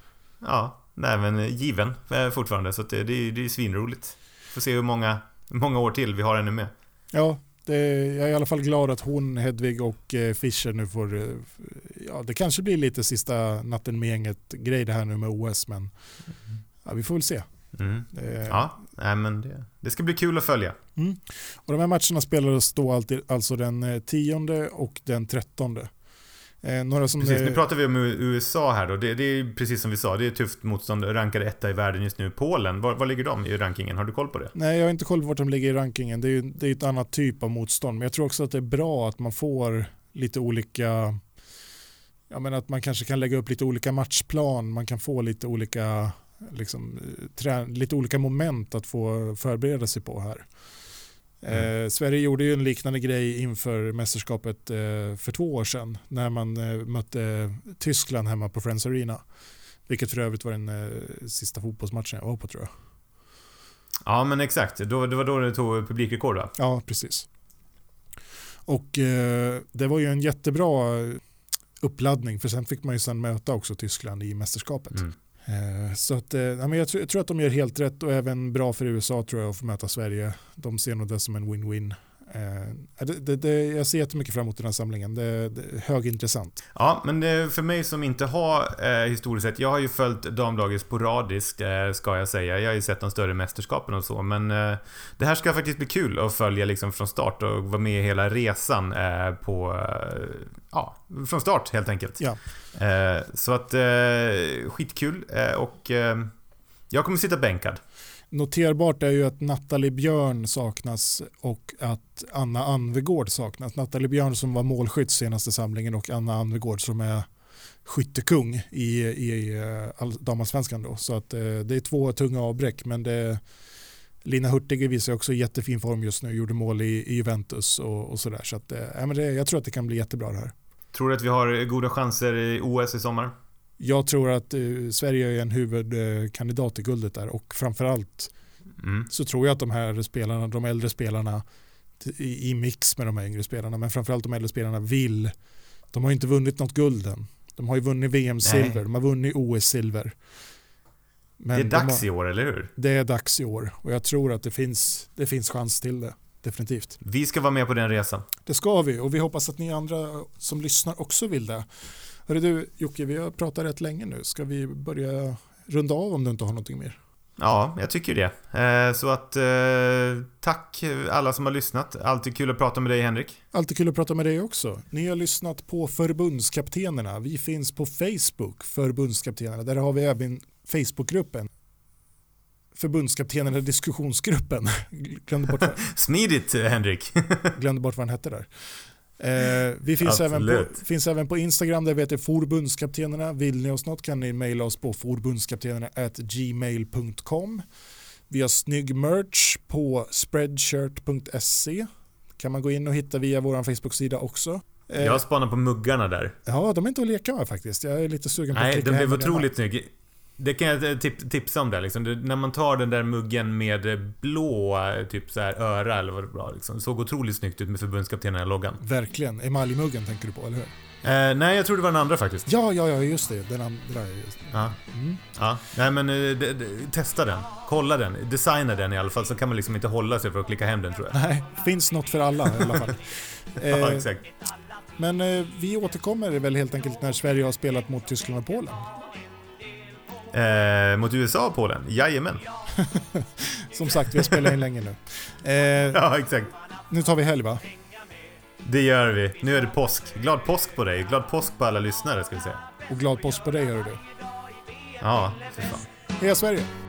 Ja, nej, men given fortfarande. Så det, det, är, det är svinroligt. Får se hur många, många år till vi har ännu med. Ja, det, jag är i alla fall glad att hon, Hedvig och eh, Fischer nu får... Eh, ja, det kanske blir lite sista natten med gänget grej det här nu med O S, men ja, vi får väl se. Mm. Det, ja, nej, men det, det ska bli kul att följa. Mm. Och de här matcherna spelades då alltid, alltså den tionde och den trettonde. Eh, några som precis, det... nu pratar vi om U S A här då. Det, det är precis som vi sa, det är tufft motstånd, rankade etta i världen just nu. Polen, var, var ligger de i rankingen? Har du koll på det? Nej, jag har inte koll på vart de ligger i rankingen. Det är ju det är ett annat typ av motstånd, men jag tror också att det är bra att man får lite olika, jag menar att man kanske kan lägga upp lite olika matchplan, man kan få lite olika liksom, trä, lite olika moment att få förbereda sig på här. Mm. Eh, Sverige gjorde ju en liknande grej inför mästerskapet eh, för två år sedan när man eh, mötte Tyskland hemma på Friends Arena, vilket för övrigt var den eh, sista fotbollsmatchen jag var på, tror jag. Ja, men exakt. Då, det var då det tog publikrekord, va? Ja, precis. Och eh, det var ju en jättebra uppladdning, för sen fick man ju sen möta också Tyskland i mästerskapet. Mm. Så att, ja, men jag, tror, jag tror att de gör helt rätt, och även bra för U S A, tror jag, att få möta Sverige. De ser nog det som en win-win. Det, det, det, jag ser jättemycket fram emot den här samlingen. Det, det är högintressant. Ja, men det, för mig som inte har eh, historiskt sett, jag har ju följt damlaget sporadiskt, eh, ska jag säga. Jag har ju sett de större mästerskapen och så, men eh, det här ska faktiskt bli kul att följa liksom från start och vara med i hela resan eh, på eh, ja, från start helt enkelt. Ja. Eh, så att eh, skitkul, eh, och eh, jag kommer sitta bänkad. Noterbart är ju att Nathalie Björn saknas och att Anna Anvegård saknas. Nathalie Björn som var målskytt senaste samlingen och Anna Anvegård som är skyttekung i, i damallsvenskan då. Så att eh, det är två tunga avbräck, men det, Lina Hurtig visar också jättefin form just nu, gjorde mål i, i Juventus och, och sådär. Så att, eh, men det, jag tror att det kan bli jättebra det här. Tror du att vi har goda chanser i O S i sommar? Jag tror att eh, Sverige är en huvudkandidat i guldet där, och framförallt mm. så tror jag att de här spelarna, de äldre spelarna i, i mix med de här yngre spelarna, men framförallt de äldre spelarna vill, de har ju inte vunnit något guld än. De har ju vunnit V M-silver, de har vunnit O S-silver. Men det är dags har, i år, eller hur? Det är dags i år, och jag tror att det finns, det finns chans till det, definitivt. Vi ska vara med på den resan. Det ska vi, och vi hoppas att ni andra som lyssnar också vill det. Hörru du, Jocke, vi har pratat rätt länge nu. Ska vi börja runda av om du inte har någonting mer? Ja, jag tycker det. Eh, så att eh, tack alla som har lyssnat. Alltid kul att prata med dig, Henrik. Alltid kul att prata med dig också. Ni har lyssnat på Förbundskaptenerna. Vi finns på Facebook, Förbundskaptenerna. Där har vi även Facebookgruppen. Förbundskaptenerna diskussionsgruppen. Glömde bort vad... Smidigt, Henrik. Glömde bort vad han hette där. Eh, vi finns även, på, finns även på Instagram där vi heter Förbundskaptenerna. Vill ni oss något kan ni mejla oss på förbundskaptenerna at gmail punkt com. Vi har snygg merch på spreadshirt punkt se. Kan man gå in och hitta via vår Facebook-sida också. Eh, jag spanar på muggarna där. Ja, de är inte att leka med faktiskt. Jag är lite sugen på Nej, att klicka. Nej, de blev otroligt snygg. Det kan jag tipsa om där liksom. Det, när man tar den där muggen med blå typ så här öra eller vad det var liksom. Det såg otroligt snyggt ut med förbundskaptenen i loggan. Verkligen. Emaljmuggen tänker du på, eller hur? Eh, nej, jag tror det var den andra faktiskt. Ja, ja, ja, just det. Den andra just det. Ja. Mm. Ja. Nej, men de, de, testa den. Kolla den. Designa den i alla fall, så kan man liksom inte hålla sig för att klicka hem den, tror jag. Nej, finns något för alla i alla fall. eh, ja, exakt. Men eh, vi återkommer väl helt enkelt när Sverige har spelat mot Tyskland och Polen. Eh, mot U S A och Polen? Jajamän. Som sagt, vi har spelat in länge nu. Eh, ja, exakt. Nu tar vi helg, va? Det gör vi. Nu är det påsk. Glad påsk på dig. Glad påsk på alla lyssnare, ska vi säga. Och glad påsk på dig, hör du. Ja, för fan. Heja Sverige!